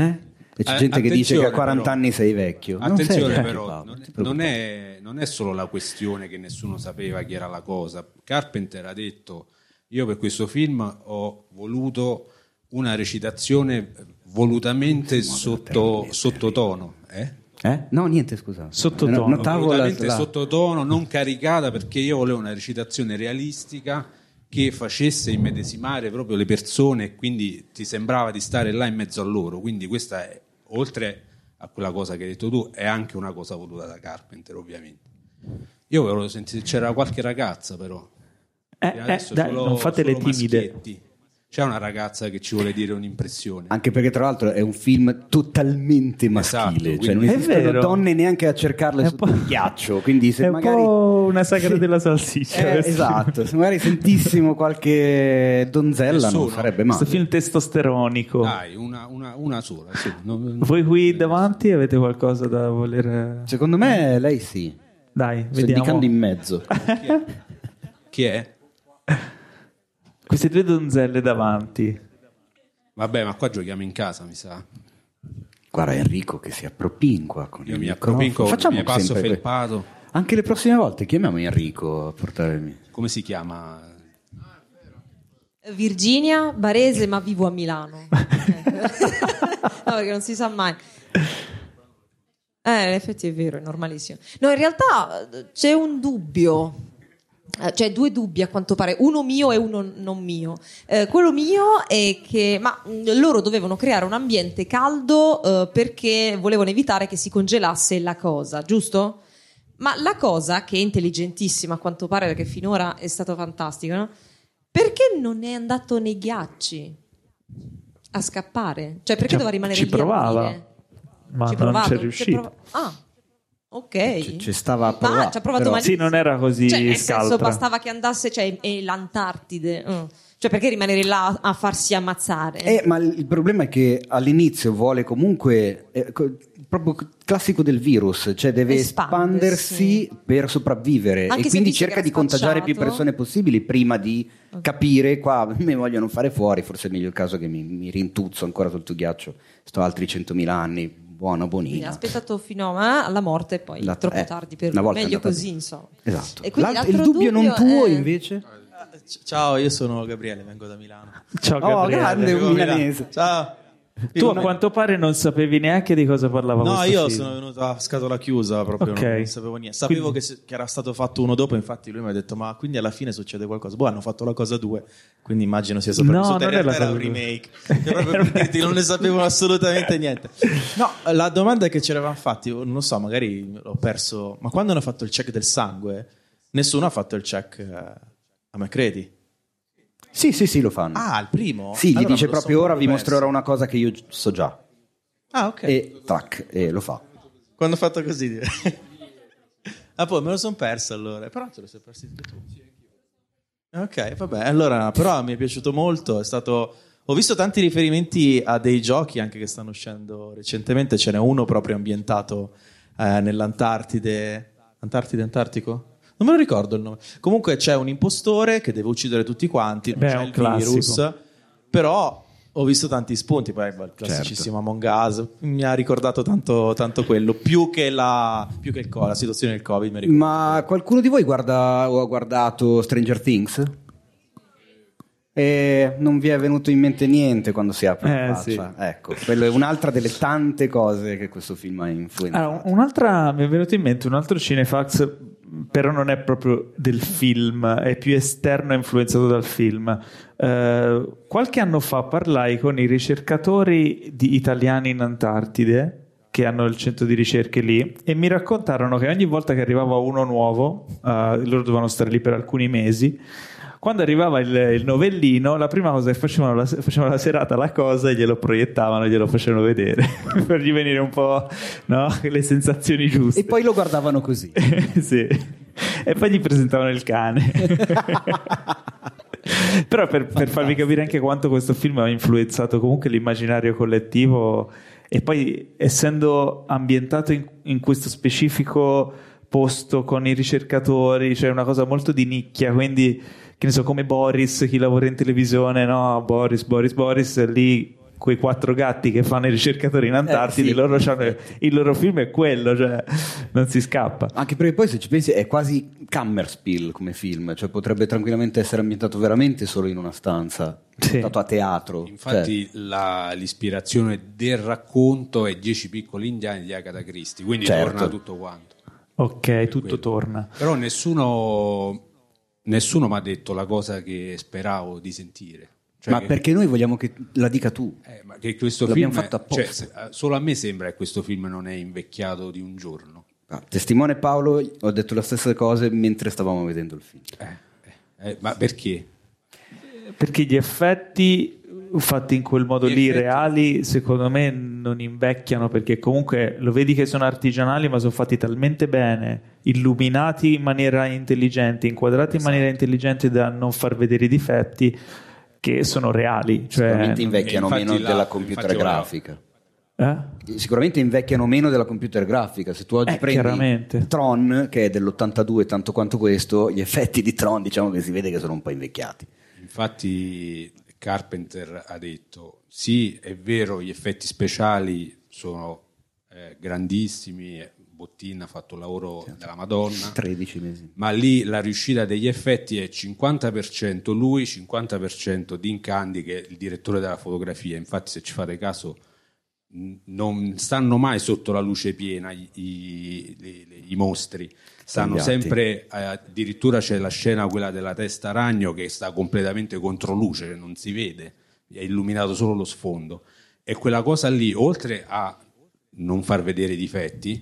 S2: E c'è gente che dice che a 40 anni sei vecchio.
S5: Attenzione però, non è solo la questione che nessuno sapeva chi era la cosa. Carpenter ha detto: io per questo film ho voluto una recitazione volutamente sottotono.
S2: No, niente, scusa.
S1: Sottotono.
S5: Volutamente sottotono, non caricata, perché io volevo una recitazione realistica che facesse immedesimare proprio le persone e quindi ti sembrava di stare là in mezzo a loro. Quindi questa è, oltre a quella cosa che hai detto tu, è anche una cosa voluta da Carpenter, ovviamente. Io volevo sentire, c'era qualche ragazza però. Adesso
S1: dai, non fate le timide.
S5: maschietti. C'è una ragazza che ci vuole dire un'impressione.
S2: Anche perché tra l'altro è un film totalmente maschile,
S5: Esatto,
S2: cioè non
S1: è
S2: esistono
S1: vero.
S2: donne neanche a cercarle
S1: È
S2: sotto
S1: un po'-
S2: il ghiaccio, quindi se
S1: È un
S2: magari
S1: po' una sagra della salsiccia.
S2: esatto, se magari sentissimo qualche donzella non
S5: Nessuno.
S2: sarebbe
S1: Questo
S2: male.
S1: film testosteronico.
S5: Dai, una sola. Sì.
S1: Voi qui davanti avete qualcosa da voler...
S2: Secondo me lei sì,
S1: Dai,
S2: sto
S1: vediamo.
S2: indicando in mezzo.
S5: Chi è?
S1: Queste due donzelle davanti.
S5: Vabbè, ma qua giochiamo in casa, mi sa.
S2: Guarda Enrico che si appropinqua con
S5: Io
S2: il
S5: mi
S2: microfono.
S5: appropinco,
S2: Facciamo
S5: mi passo
S2: sempre
S5: felpato.
S2: anche le prossime volte chiamiamo Enrico a portare
S5: Come si chiama?
S8: Virginia, barese, ma vivo a Milano. No, perché non si sa mai. In effetti è vero, è normalissimo. No, in realtà c'è un dubbio. Cioè due dubbi a quanto pare, uno mio e uno non mio. Quello mio è che loro dovevano creare un ambiente caldo perché volevano evitare che si congelasse la cosa, giusto? Ma la cosa, che è intelligentissima a quanto pare perché finora è stato fantastico, no? Perché non è andato nei ghiacci a scappare? Cioè perché doveva rimanere
S1: ci
S8: lì a
S1: provava,
S8: morire?
S1: ma
S8: Ci
S1: non
S8: provato?
S1: c'è riuscito.
S8: Ok.
S2: ci stava a provare,
S8: Ci ha provato
S2: però-
S8: malissimo.
S1: Sì, non era così
S8: Cioè, nel senso,
S1: scaltra.
S8: bastava che andasse, cioè, è l'Antartide. Cioè, perché rimanere là a farsi ammazzare?
S2: Ma il problema è che all'inizio vuole comunque proprio classico del virus, cioè deve espandersi per sopravvivere
S8: Anche
S2: e
S8: se
S2: quindi
S8: dice che
S2: cerca
S8: era
S2: di contagiare più
S8: spacciato.
S2: persone possibili prima di capire qua mi vogliono fare fuori, forse è meglio il caso che mi rintuzzo ancora sotto il ghiaccio, sto altri 100.000 anni,
S8: Quindi
S2: bonina.
S8: ha aspettato fino alla morte e poi troppo tardi per
S2: una
S8: lui.
S2: volta è
S8: Meglio
S2: andata
S8: così,
S2: bene.
S8: insomma.
S2: Esatto.
S8: E quindi
S2: Il
S8: l'altro
S2: dubbio non tuo
S8: è-
S2: invece?
S9: Ciao, io sono Gabriele, vengo da Milano.
S1: Ciao
S2: Oh,
S1: Gabriele.
S2: grande un
S9: Vengo da
S2: milanese.
S9: Ciao.
S1: Tu a quanto pare non sapevi neanche di cosa parlava
S9: No,
S1: questo
S9: io
S1: film.
S9: sono venuto a scatola chiusa proprio,
S1: Ok.
S9: non sapevo niente. Sapevo che era stato fatto uno dopo, infatti lui mi ha detto ma quindi alla fine succede qualcosa. Boh, hanno fatto la cosa 2, quindi immagino sia sopravvissuta.
S1: No,
S9: In
S1: non è la
S9: realtà era un
S1: cosa due.
S9: remake. Cioè, proprio per dirti, non ne sapevo assolutamente niente. No, la domanda che ci eravamo fatti, non lo so, magari l'ho perso, ma quando hanno fatto il check del sangue, nessuno ha fatto il check a McCready.
S2: Sì, lo fanno.
S9: Ah, il primo?
S2: Sì, gli
S9: Allora
S2: dice
S9: me lo
S2: proprio
S9: sono
S2: ora vi
S9: perso.
S2: mostrerò una cosa che io so già.
S9: Ah, ok.
S2: E tac, e lo fa.
S9: Quando ho fatto così. Ah, poi me lo sono perso allora. Però te lo sei perso tu. Ok, vabbè. Allora, però mi è piaciuto molto. È stato... Ho visto tanti riferimenti a dei giochi anche che stanno uscendo recentemente. Ce n'è uno proprio ambientato nell'Antartide. Antartico? Non me lo ricordo il nome. Comunque c'è un impostore che deve uccidere tutti quanti. Non
S1: Beh, è
S9: c'è
S1: un
S9: il
S1: classico.
S9: virus. Però ho visto tanti spunti. Poi il classicissimo Among Us mi ha ricordato tanto quello. Più che la situazione del Covid. Mi ricordo.
S2: Ma qualcuno di voi ha guardato Stranger Things? E non vi è venuto in mente niente quando si apre la faccia?
S1: Sì.
S2: Ecco, quello è un'altra delle tante cose che questo film ha influenzato.
S1: Allora, mi è venuto in mente un altro cinefax, però non è proprio del film, è più esterno e influenzato dal film. Qualche anno fa parlai con i ricercatori italiani in Antartide, che hanno il centro di ricerche lì, e mi raccontarono che ogni volta che arrivava uno nuovo, loro dovevano stare lì per alcuni mesi. Quando arrivava il novellino, la prima cosa che facevano la serata la cosa e glielo proiettavano, glielo facevano vedere per gli venire un po', no? Le sensazioni giuste.
S2: E poi lo guardavano così.
S1: Sì. E poi gli presentavano il cane. Però per farvi capire anche quanto questo film ha influenzato comunque l'immaginario collettivo, e poi essendo ambientato in questo specifico posto con i ricercatori, cioè una cosa molto di nicchia, quindi che ne so, come Boris, chi lavora in televisione, no, Boris, lì quei 4 gatti che fanno i ricercatori in Antartide,
S2: sì.
S1: loro c'hanno, il loro film è quello, cioè non si scappa.
S2: Anche perché poi se ci pensi è quasi Kammerspiel come film, cioè potrebbe tranquillamente essere ambientato veramente solo in una stanza, stato a teatro.
S5: Infatti l'ispirazione del racconto è 10 piccoli indiani di Agatha Christie, quindi
S2: Certo.
S5: torna tutto quanto.
S1: Ok, tutto torna.
S5: Però nessuno nessuno mi ha detto la cosa che speravo di sentire. Cioè
S2: ma perché noi vogliamo che la dica tu?
S5: Ma che questo
S2: l'abbiamo
S5: film
S2: fatto apposta.
S5: solo a me sembra che questo film non è invecchiato di un giorno.
S2: Testimone Paolo, ho detto le stesse cose mentre stavamo vedendo il film.
S5: Ma perché?
S1: Perché gli effetti fatti in quel modo reali, secondo me non invecchiano, perché comunque lo vedi che sono artigianali, ma sono fatti talmente bene, illuminati in maniera intelligente, inquadrati in maniera intelligente da non far vedere i difetti, che sono reali.
S2: Sicuramente invecchiano meno della computer grafica. Sicuramente invecchiano meno della computer grafica. Se tu oggi prendi Tron, che è dell'82 tanto quanto questo, gli effetti di Tron diciamo che si vede che sono un po' invecchiati.
S5: Infatti Carpenter ha detto sì, è vero, gli effetti speciali sono grandissimi, Bottin ha fatto un lavoro della Madonna,
S2: 13 mesi.
S5: Ma lì la riuscita degli effetti è 50% lui, 50% Dean Candy, che è il direttore della fotografia. Infatti, se ci fate caso, non stanno mai sotto la luce piena i mostri, stanno sempre, addirittura c'è la scena quella della testa ragno che sta completamente contro luce, non si vede, è illuminato solo lo sfondo, e quella cosa lì, oltre a non far vedere i difetti,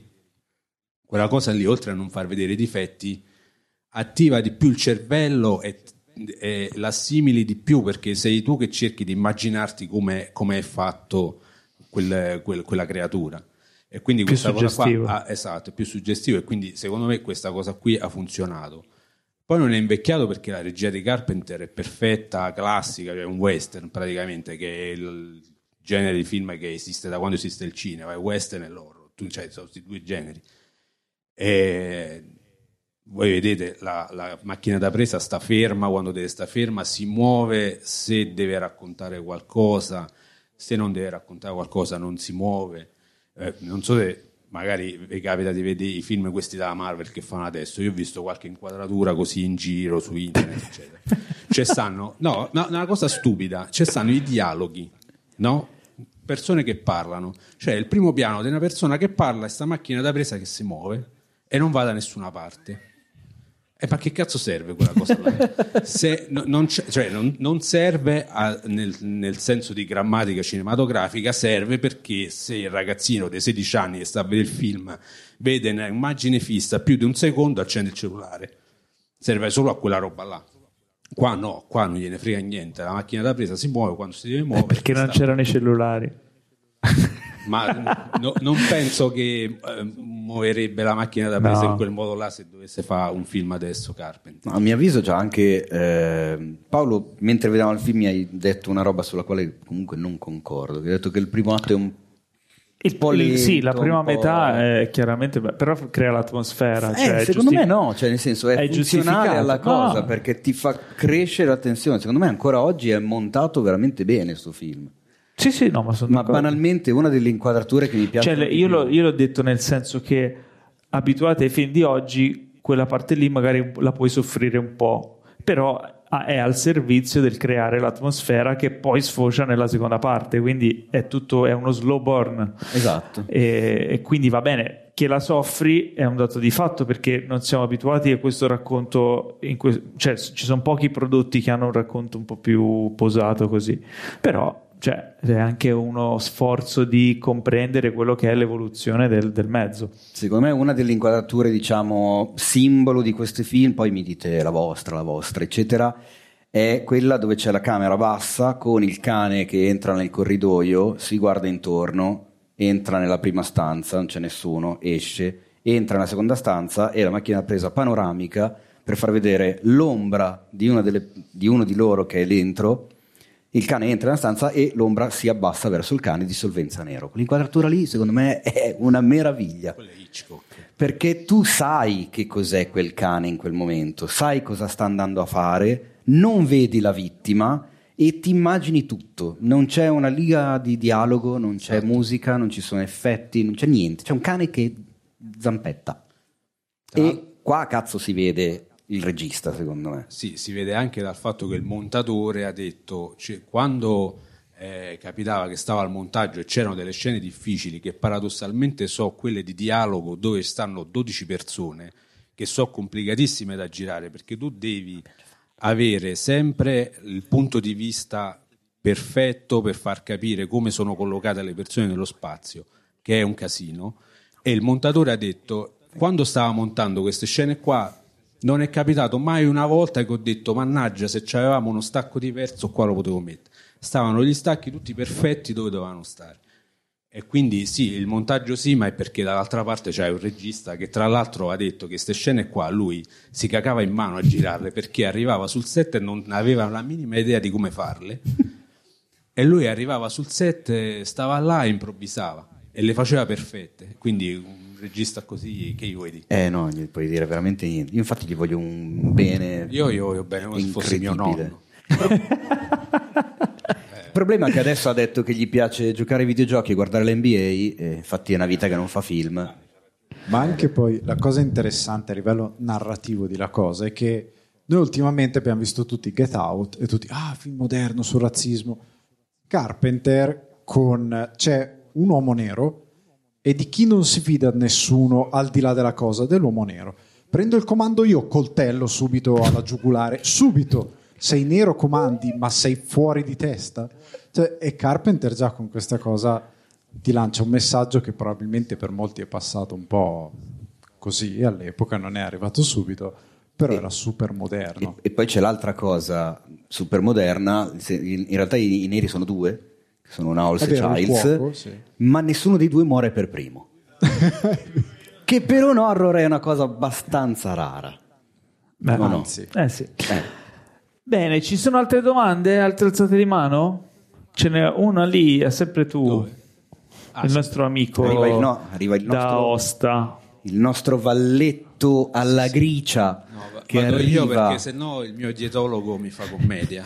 S5: attiva di più il cervello e l'assimili di più, perché sei tu che cerchi di immaginarti come è fatto quella creatura, e quindi
S1: più
S5: questa
S1: suggestivo.
S5: Cosa qua esatto, è più suggestivo, e quindi secondo me questa cosa qui ha funzionato. Poi non è invecchiato perché la regia di Carpenter è perfetta, classica, cioè un western praticamente, che è il genere di film che esiste da quando esiste il cinema, è western e l'horror, cioè sono questi due generi. E voi vedete la macchina da presa sta ferma quando deve stare ferma, si muove se deve raccontare qualcosa, se non deve raccontare qualcosa non si muove. Non so se magari vi capita di vedere i film questi della Marvel che fanno adesso, io ho visto qualche inquadratura così in giro su internet eccetera. Una cosa stupida, ci stanno i dialoghi, no? Persone che parlano, cioè il primo piano di una persona che parla e sta macchina da presa che si muove e non va da nessuna parte. E ma che cazzo serve quella cosa là? Se non serve nel senso di grammatica cinematografica, serve perché se il ragazzino dei 16 anni che sta a vedere il film vede un'immagine fissa più di un secondo, accende il cellulare. Serve solo a quella roba là. Qua no, qua non gliene frega niente, la macchina da presa si muove quando si deve muovere.
S1: Perché non c'erano i cellulari.
S5: Ma non penso che muoverebbe la macchina da presa in quel modo là se dovesse fare un film adesso Carpenter.
S2: A mio avviso già anche Paolo, mentre vedevamo il film mi hai detto una roba sulla quale comunque non concordo, che hai detto che il primo atto è un po' lento,
S1: sì, la prima metà è chiaramente, però crea l'atmosfera, cioè
S2: secondo me no, cioè nel senso è funzionale alla cosa,
S1: no,
S2: perché ti fa crescere la tensione. Secondo me ancora oggi è montato veramente bene sto film.
S1: Sì, no, ma
S2: banalmente una delle inquadrature che mi piace,
S1: cioè, io l'ho detto nel senso che abituati ai film di oggi quella parte lì magari la puoi soffrire un po', però è al servizio del creare l'atmosfera che poi sfocia nella seconda parte, quindi è uno slow burn,
S2: esatto,
S1: e quindi va bene che la soffri, è un dato di fatto, perché non siamo abituati a questo racconto cioè ci sono pochi prodotti che hanno un racconto un po' più posato così, però cioè, è anche uno sforzo di comprendere quello che è l'evoluzione del mezzo.
S2: Secondo me una delle inquadrature, diciamo, simbolo di questi film, poi mi dite la vostra eccetera, è quella dove c'è la camera bassa con il cane che entra nel corridoio, si guarda intorno, entra nella prima stanza, non c'è nessuno, esce, entra nella seconda stanza e la macchina presa panoramica per far vedere l'ombra di uno di loro che è dentro. Il cane entra nella stanza e l'ombra si abbassa verso il cane di solvenza nero. Quell'inquadratura lì, secondo me, è una meraviglia. Perché tu sai che cos'è quel cane in quel momento, sai cosa sta andando a fare, non vedi la vittima e ti immagini tutto. Non c'è una liga di dialogo, non c'è musica, non ci sono effetti, non c'è niente. C'è un cane che zampetta. E qua cazzo si vede il regista, secondo me.
S5: Sì, si vede anche dal fatto che il montatore ha detto, cioè, quando capitava che stava al montaggio e c'erano delle scene difficili che paradossalmente quelle di dialogo dove stanno 12 persone che sono complicatissime da girare, perché tu devi avere sempre il punto di vista perfetto per far capire come sono collocate le persone nello spazio, che è un casino. E il montatore ha detto, quando stava montando queste scene qua, non è capitato mai una volta che ho detto mannaggia, se c'avevamo uno stacco diverso qua lo potevo mettere. Stavano gli stacchi tutti perfetti dove dovevano stare. E quindi sì, il montaggio sì, ma è perché dall'altra parte c'è un regista che tra l'altro ha detto che queste scene qua lui si cagava in mano a girarle, perché arrivava sul set e non aveva la minima idea di come farle, e lui arrivava sul set, stava là e improvvisava e le faceva perfette. Quindi un regista così, che gli vuoi dire?
S2: No, gli puoi dire veramente niente. Io infatti gli voglio un bene.
S5: Io voglio bene come se fosse mio nonno.
S2: Il problema è che adesso ha detto che gli piace giocare ai videogiochi e guardare l'NBA, e infatti è una vita che non fa film.
S3: Ma anche poi la cosa interessante a livello narrativo di la cosa è che noi ultimamente abbiamo visto tutti Get Out e tutti, film moderno sul razzismo. Carpenter c'è un uomo nero e di chi non si fida nessuno al di là della cosa, dell'uomo nero. Prendo il comando io, coltello subito alla giugulare, subito. Sei nero, comandi, ma sei fuori di testa? Cioè, e Carpenter già con questa cosa ti lancia un messaggio che probabilmente per molti è passato un po' così, all'epoca non è arrivato subito, però era super moderno.
S2: E poi c'è l'altra cosa super moderna, in realtà i neri sono due, che sono una Halsey Childs, cuoco, sì. Ma nessuno dei due muore per primo. Che per un horror è una cosa abbastanza rara.
S1: Beh,
S2: anzi.
S1: Sì. Bene, ci sono altre domande? Altre alzate di mano? Ce n'è una lì, è sempre tu.
S5: Dove?
S1: Il nostro amico
S2: arriva il
S1: da
S2: nostro,
S1: Osta.
S2: Il nostro valletto alla gricia.
S5: No,
S2: che
S5: vado
S2: arriva.
S5: io perché sennò il mio dietologo mi fa commedia.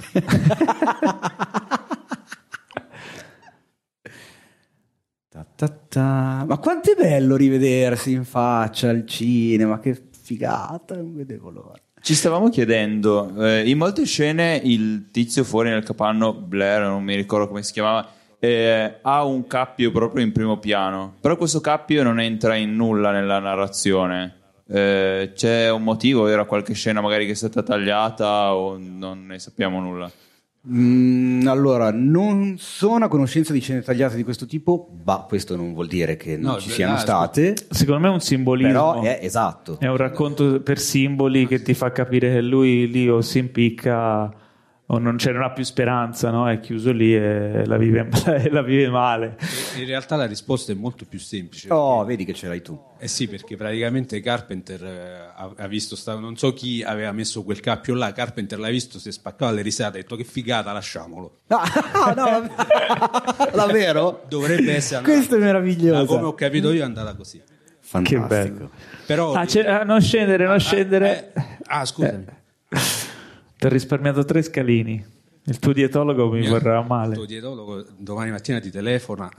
S2: Ma quanto è bello rivedersi in faccia al cinema, che figata, non vedevo l'ora.
S6: Ci stavamo chiedendo, in molte scene il tizio fuori nel capanno, Blair, non mi ricordo come si chiamava, ha un cappio proprio in primo piano, però questo cappio non entra in nulla nella narrazione. C'è un motivo? Era qualche scena magari che è stata tagliata o non ne sappiamo nulla?
S2: Allora, non sono a conoscenza di scene tagliate di questo tipo, ma questo non vuol dire che non ci siano state.
S1: Secondo me è un simbolismo.
S2: Però è esatto.
S1: È un racconto per simboli che ti fa capire che lui lì o si impicca o non ha più speranza, no? È chiuso lì e la vive male.
S5: In realtà la risposta è molto più semplice.
S2: Vedi che ce l'hai tu.
S5: Sì, perché praticamente Carpenter ha visto, non so chi aveva messo quel cappio là, Carpenter l'ha visto, si è spaccato le risate, ha detto che figata, lasciamolo.
S2: No, davvero?
S5: Dovrebbe essere
S2: questo è meraviglioso.
S5: Ma come ho capito io è andata così.
S2: Fantastico.
S1: Che bello.
S5: Però
S1: non scendere.
S5: Scusami.
S1: Ti ho risparmiato 3 scalini. Il tuo dietologo mi vorrà male.
S5: Il tuo dietologo domani mattina ti telefona.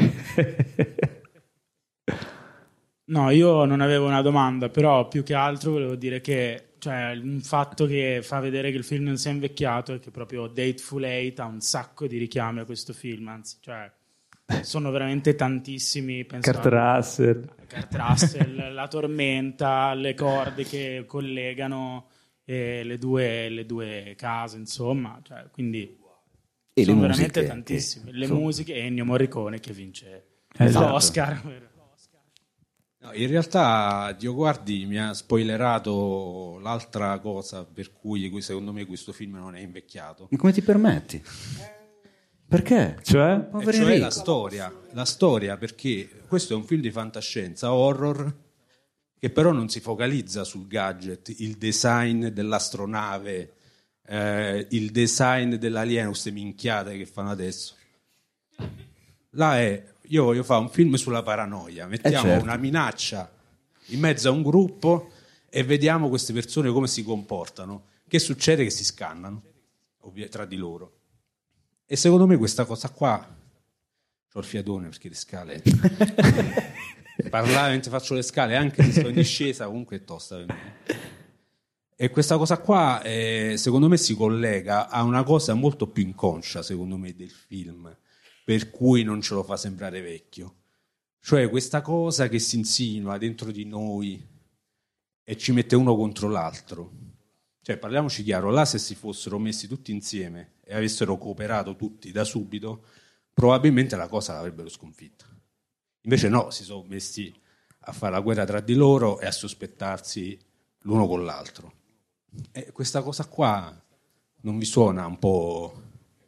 S10: No, io non avevo una domanda, però più che altro volevo dire che un fatto che fa vedere che il film non sia invecchiato è che proprio Dateful Eight ha un sacco di richiami a questo film, anzi, sono veramente tantissimi.
S1: Kurt Russell,
S10: La tormenta, le corde che collegano le due case, insomma, quindi
S2: e
S10: sono
S2: le
S10: veramente tantissime. Le musiche e Ennio Morricone che vince l'Oscar.
S5: No, in realtà Dio guardi mi ha spoilerato l'altra cosa per cui secondo me questo film non è invecchiato.
S2: Ma come ti permetti? Perché?
S5: Cioè la storia, perché questo è un film di fantascienza, horror, che però non si focalizza sul gadget, il design dell'astronave, il design dell'alieno, queste minchiate che fanno adesso. Io voglio fare un film sulla paranoia, mettiamo una minaccia in mezzo a un gruppo e vediamo queste persone come si comportano. Che succede? Che si scannano tra di loro. E secondo me questa cosa qua, c'ho il fiatone perché le scale parlare mentre faccio le scale, anche se sto in discesa, comunque è tosta per me. E questa cosa qua secondo me si collega a una cosa molto più inconscia, secondo me, del film, per cui non ce lo fa sembrare vecchio. Cioè questa cosa che si insinua dentro di noi e ci mette uno contro l'altro. Cioè, parliamoci chiaro, là se si fossero messi tutti insieme e avessero cooperato tutti da subito, probabilmente la cosa l'avrebbero sconfitta. Invece no, si sono messi a fare la guerra tra di loro e a sospettarsi l'uno con l'altro. E questa cosa qua non vi suona un po'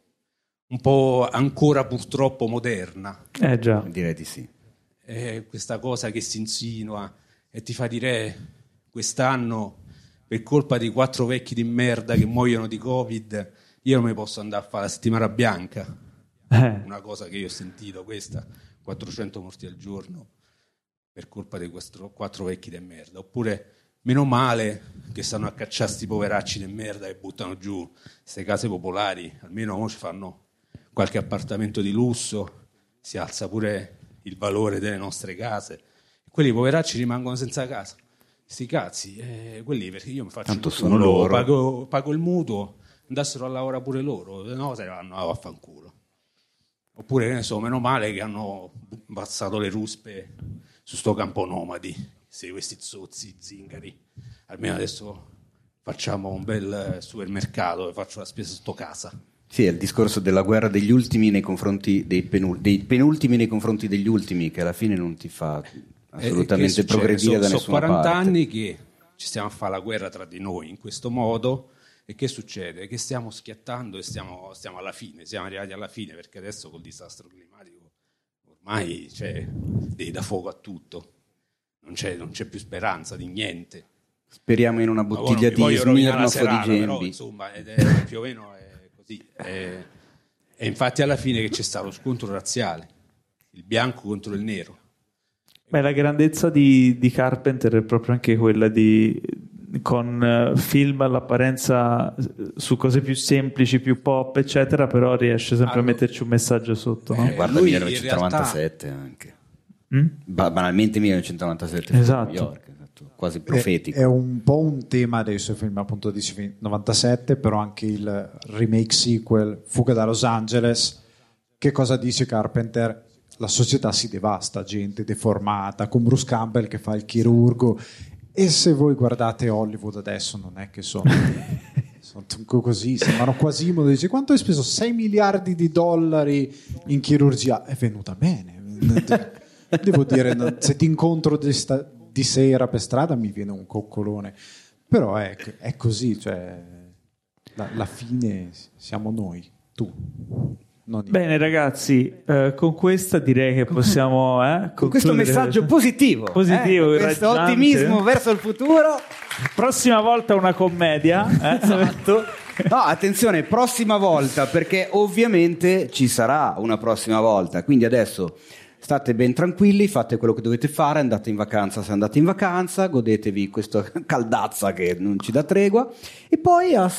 S5: ancora purtroppo moderna?
S1: Già.
S2: Direi di sì.
S5: Questa cosa che si insinua e ti fa dire quest'anno per colpa di 4 vecchi di merda che muoiono di Covid io non mi posso andare a fare la settimana bianca. Una cosa che io ho sentito, questa, 400 morti al giorno per colpa di 4 vecchi di merda. Oppure meno male che stanno a cacciare sti poveracci di merda e buttano giù queste case popolari, almeno ci fanno qualche appartamento di lusso, si alza pure il valore delle nostre case. Quelli poveracci rimangono senza casa. Sti cazzi, quelli perché io mi faccio
S2: tanto
S5: il
S2: sono
S5: culo,
S2: loro.
S5: pago il mutuo, andassero a lavorare pure loro, no se ne vanno a vaffanculo. Oppure che ne so, meno male che hanno passato le ruspe su sto campo nomadi, se questi zozzi zingari, almeno adesso facciamo un bel supermercato e faccio la spesa sotto casa.
S2: Sì, è il discorso della guerra degli ultimi nei confronti dei penultimi nei confronti degli ultimi, che alla fine non ti fa assolutamente progredire da nessuna parte.
S5: Sono 40 anni che ci stiamo a fare la guerra tra di noi in questo modo, e che succede? Che stiamo schiattando e stiamo alla fine, siamo arrivati alla fine, perché adesso col disastro climatico ormai devi da fuoco a tutto, non c'è più speranza di niente.
S2: Speriamo in una bottiglia di Smirnoff o di Gembi.
S5: Però, insomma, più o meno è così. E infatti alla fine che c'è stato lo scontro razziale, il bianco contro il nero.
S1: Beh, la grandezza di Carpenter è proprio anche quella con film all'apparenza su cose più semplici, più pop, eccetera, però riesce sempre a metterci un messaggio sotto. No?
S2: Guarda, 1997 anche. Banalmente 1997.
S1: Esatto.
S2: New York, esatto. Quasi profetico.
S3: È un po' un tema dei suoi film, appunto, di 97, però anche il remake sequel Fuga da Los Angeles. Che cosa dice Carpenter? La società si devasta, gente deformata, con Bruce Campbell che fa il chirurgo. E se voi guardate Hollywood adesso non è che sono così, sembrano Quasimodo, dice quanto hai speso? 6 miliardi di dollari in chirurgia, è venuta bene. Devo dire, se ti incontro di sera per strada mi viene un coccolone, però è così, cioè la fine siamo noi, tu.
S1: Bene ragazzi, con questa direi che possiamo
S2: con questo messaggio positivo, questo ottimismo verso il futuro.
S1: Prossima volta una commedia,
S2: esatto. No, attenzione, prossima volta, perché ovviamente ci sarà una prossima volta, quindi adesso state ben tranquilli, fate quello che dovete fare, andate in vacanza se andate in vacanza, godetevi questa caldazza che non ci dà tregua, e poi a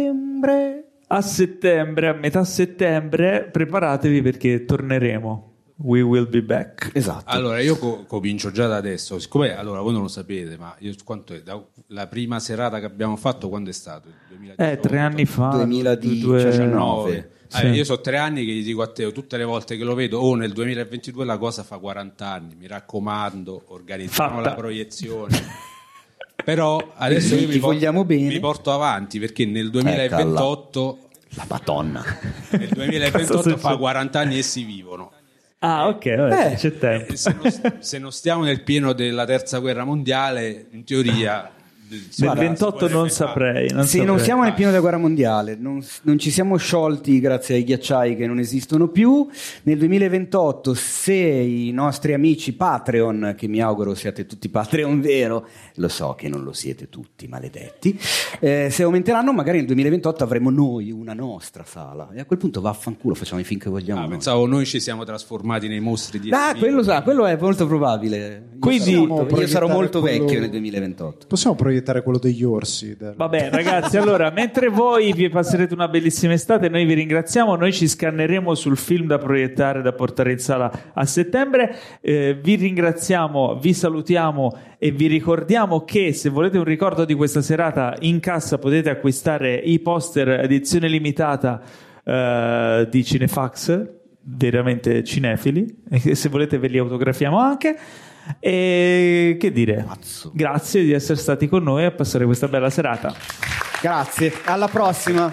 S2: metà settembre, preparatevi perché torneremo. We will be back. Esatto.
S5: Allora io comincio già da adesso, siccome allora voi non lo sapete, ma io quanto è la prima serata che abbiamo fatto, quando è stato? 2018,
S1: 3 anni fa,
S2: 2019.
S1: Sì.
S5: Io so 3 anni che gli dico a Teo tutte le volte che lo vedo, nel 2022 la cosa fa 40 anni, mi raccomando, organizziamo la proiezione. Però adesso io mi porto avanti, perché nel 2028
S2: la Madonna,
S5: nel 2028 fa 40 anni e si vivono.
S1: Ah, ok, vabbè, c'è tempo.
S5: Se non stiamo nel pieno della terza guerra mondiale, in teoria
S1: nel 28 non saprei.
S2: Non siamo nel pieno della guerra mondiale, non ci siamo sciolti grazie ai ghiacciai che non esistono più. Nel 2028, se i nostri amici Patreon, che mi auguro siate tutti Patreon vero, lo so che non lo siete tutti, maledetti, se aumenteranno, magari nel 2028 avremo noi una nostra sala, e a quel punto vaffanculo, facciamo i film che vogliamo.
S5: Pensavo noi ci siamo trasformati nei mostri di
S2: quello è molto probabile.
S1: Quindi
S2: io sarò molto vecchio nel 2028.
S3: Possiamo proiettare quello degli orsi.
S1: Vabbè ragazzi, allora mentre voi vi passerete una bellissima estate, noi vi ringraziamo, noi ci scanneremo sul film da proiettare, da portare in sala a settembre. Vi ringraziamo, vi salutiamo e vi ricordiamo che se volete un ricordo di questa serata, in cassa potete acquistare i poster edizione limitata di Cinefax, veramente cinefili, e se volete ve li autografiamo anche. E che dire, grazie di essere stati con noi a passare questa bella serata.
S2: Grazie, alla prossima.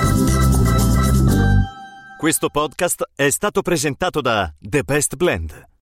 S11: Questo podcast è stato presentato da The Best Blend.